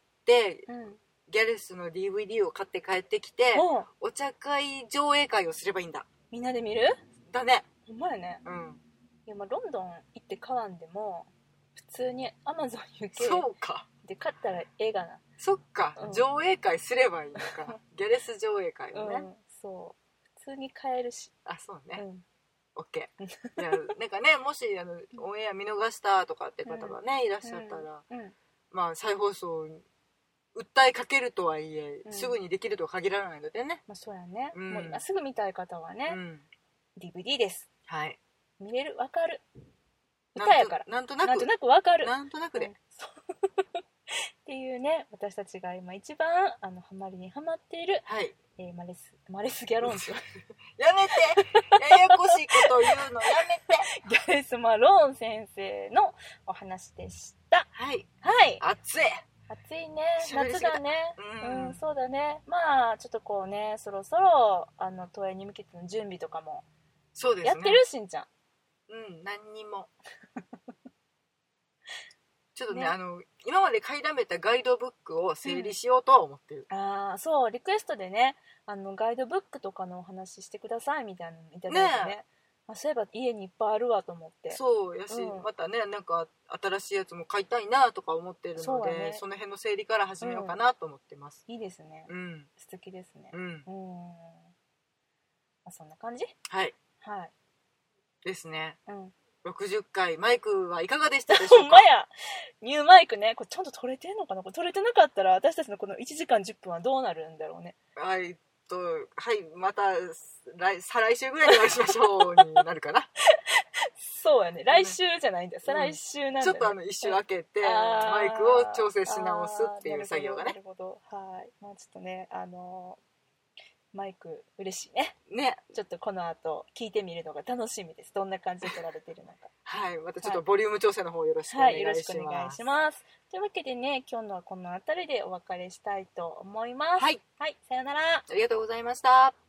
ギャレスの DVD を買って帰ってきて、お茶会上映会をすればいいんだ。 みんなで見る？ だね。 ほんまやね。いやロンドン行って買わんでも普通に Amazon UK そうかで買ったらええがな。 そっか、上映会すればいいのかギャレス上映会をね、 そう普通に買えるし。 あ、そうね、オッケー。いやなんかね、もしオンエア見逃したとかって方がね、いらっしゃったら、まあ再放送訴えかけるとはいえ、すぐにできるとは限らないのでね。 まあそうやね、もう今すぐ見たい方はね、DVD です。 はい。 見れる、わかる。歌やから。 なんとなくわかる。 なんとなくで。 っていうね、私たちが今一番ハマりにハマっている、 はい、 マレスギャロンズやめて、ややこしいこと言うのやめて。 ギャレスマローン先生のお話でした。 はいはい。 暑いね、夏だね。そうだね。まあちょっとこうね、そろそろ投影に向けての準備とかもそうですね、 やってるしんちゃん。 何にもちょっとね、今まで買いだめたガイドブックを整理しようとは思ってる。 そう、リクエストでね、ガイドブックとかのお話してくださいみたいなのいただいてね。そういえば家にいっぱいあるわと思って。 そうやし、またね、なんか新しいやつも買いたいなとか思ってるので、その辺の整理から始めようかなと思ってます。 いいですね。素敵ですね。そんな感じ？ はい。ですね。60回マイクはいかがでしたでしょうか。 ほんまや、ニューマイクね、これちゃんと撮れてんのかな。これ撮れてなかったら私たちのこの1時間10分はどうなるんだろうね。 はい、また再来週ぐらいにお会いしましょうになるかな。 そうやね、来週じゃないんだよ、再来週なんだ、ね、 ちょっと一周開けてマイクを調整し直すっていう作業がね。 なるほど、はい。まあちょっとね、マイク嬉しいね。ちょっとこの後聞いてみるのが楽しみです。どんな感じで撮られてるのか。 はい、またちょっとボリューム調整の方よろしくお願いします。 よろしくお願いします。というわけでね、今日のはこの辺りでお別れしたいと思います。はい、さよなら。 ありがとうございました。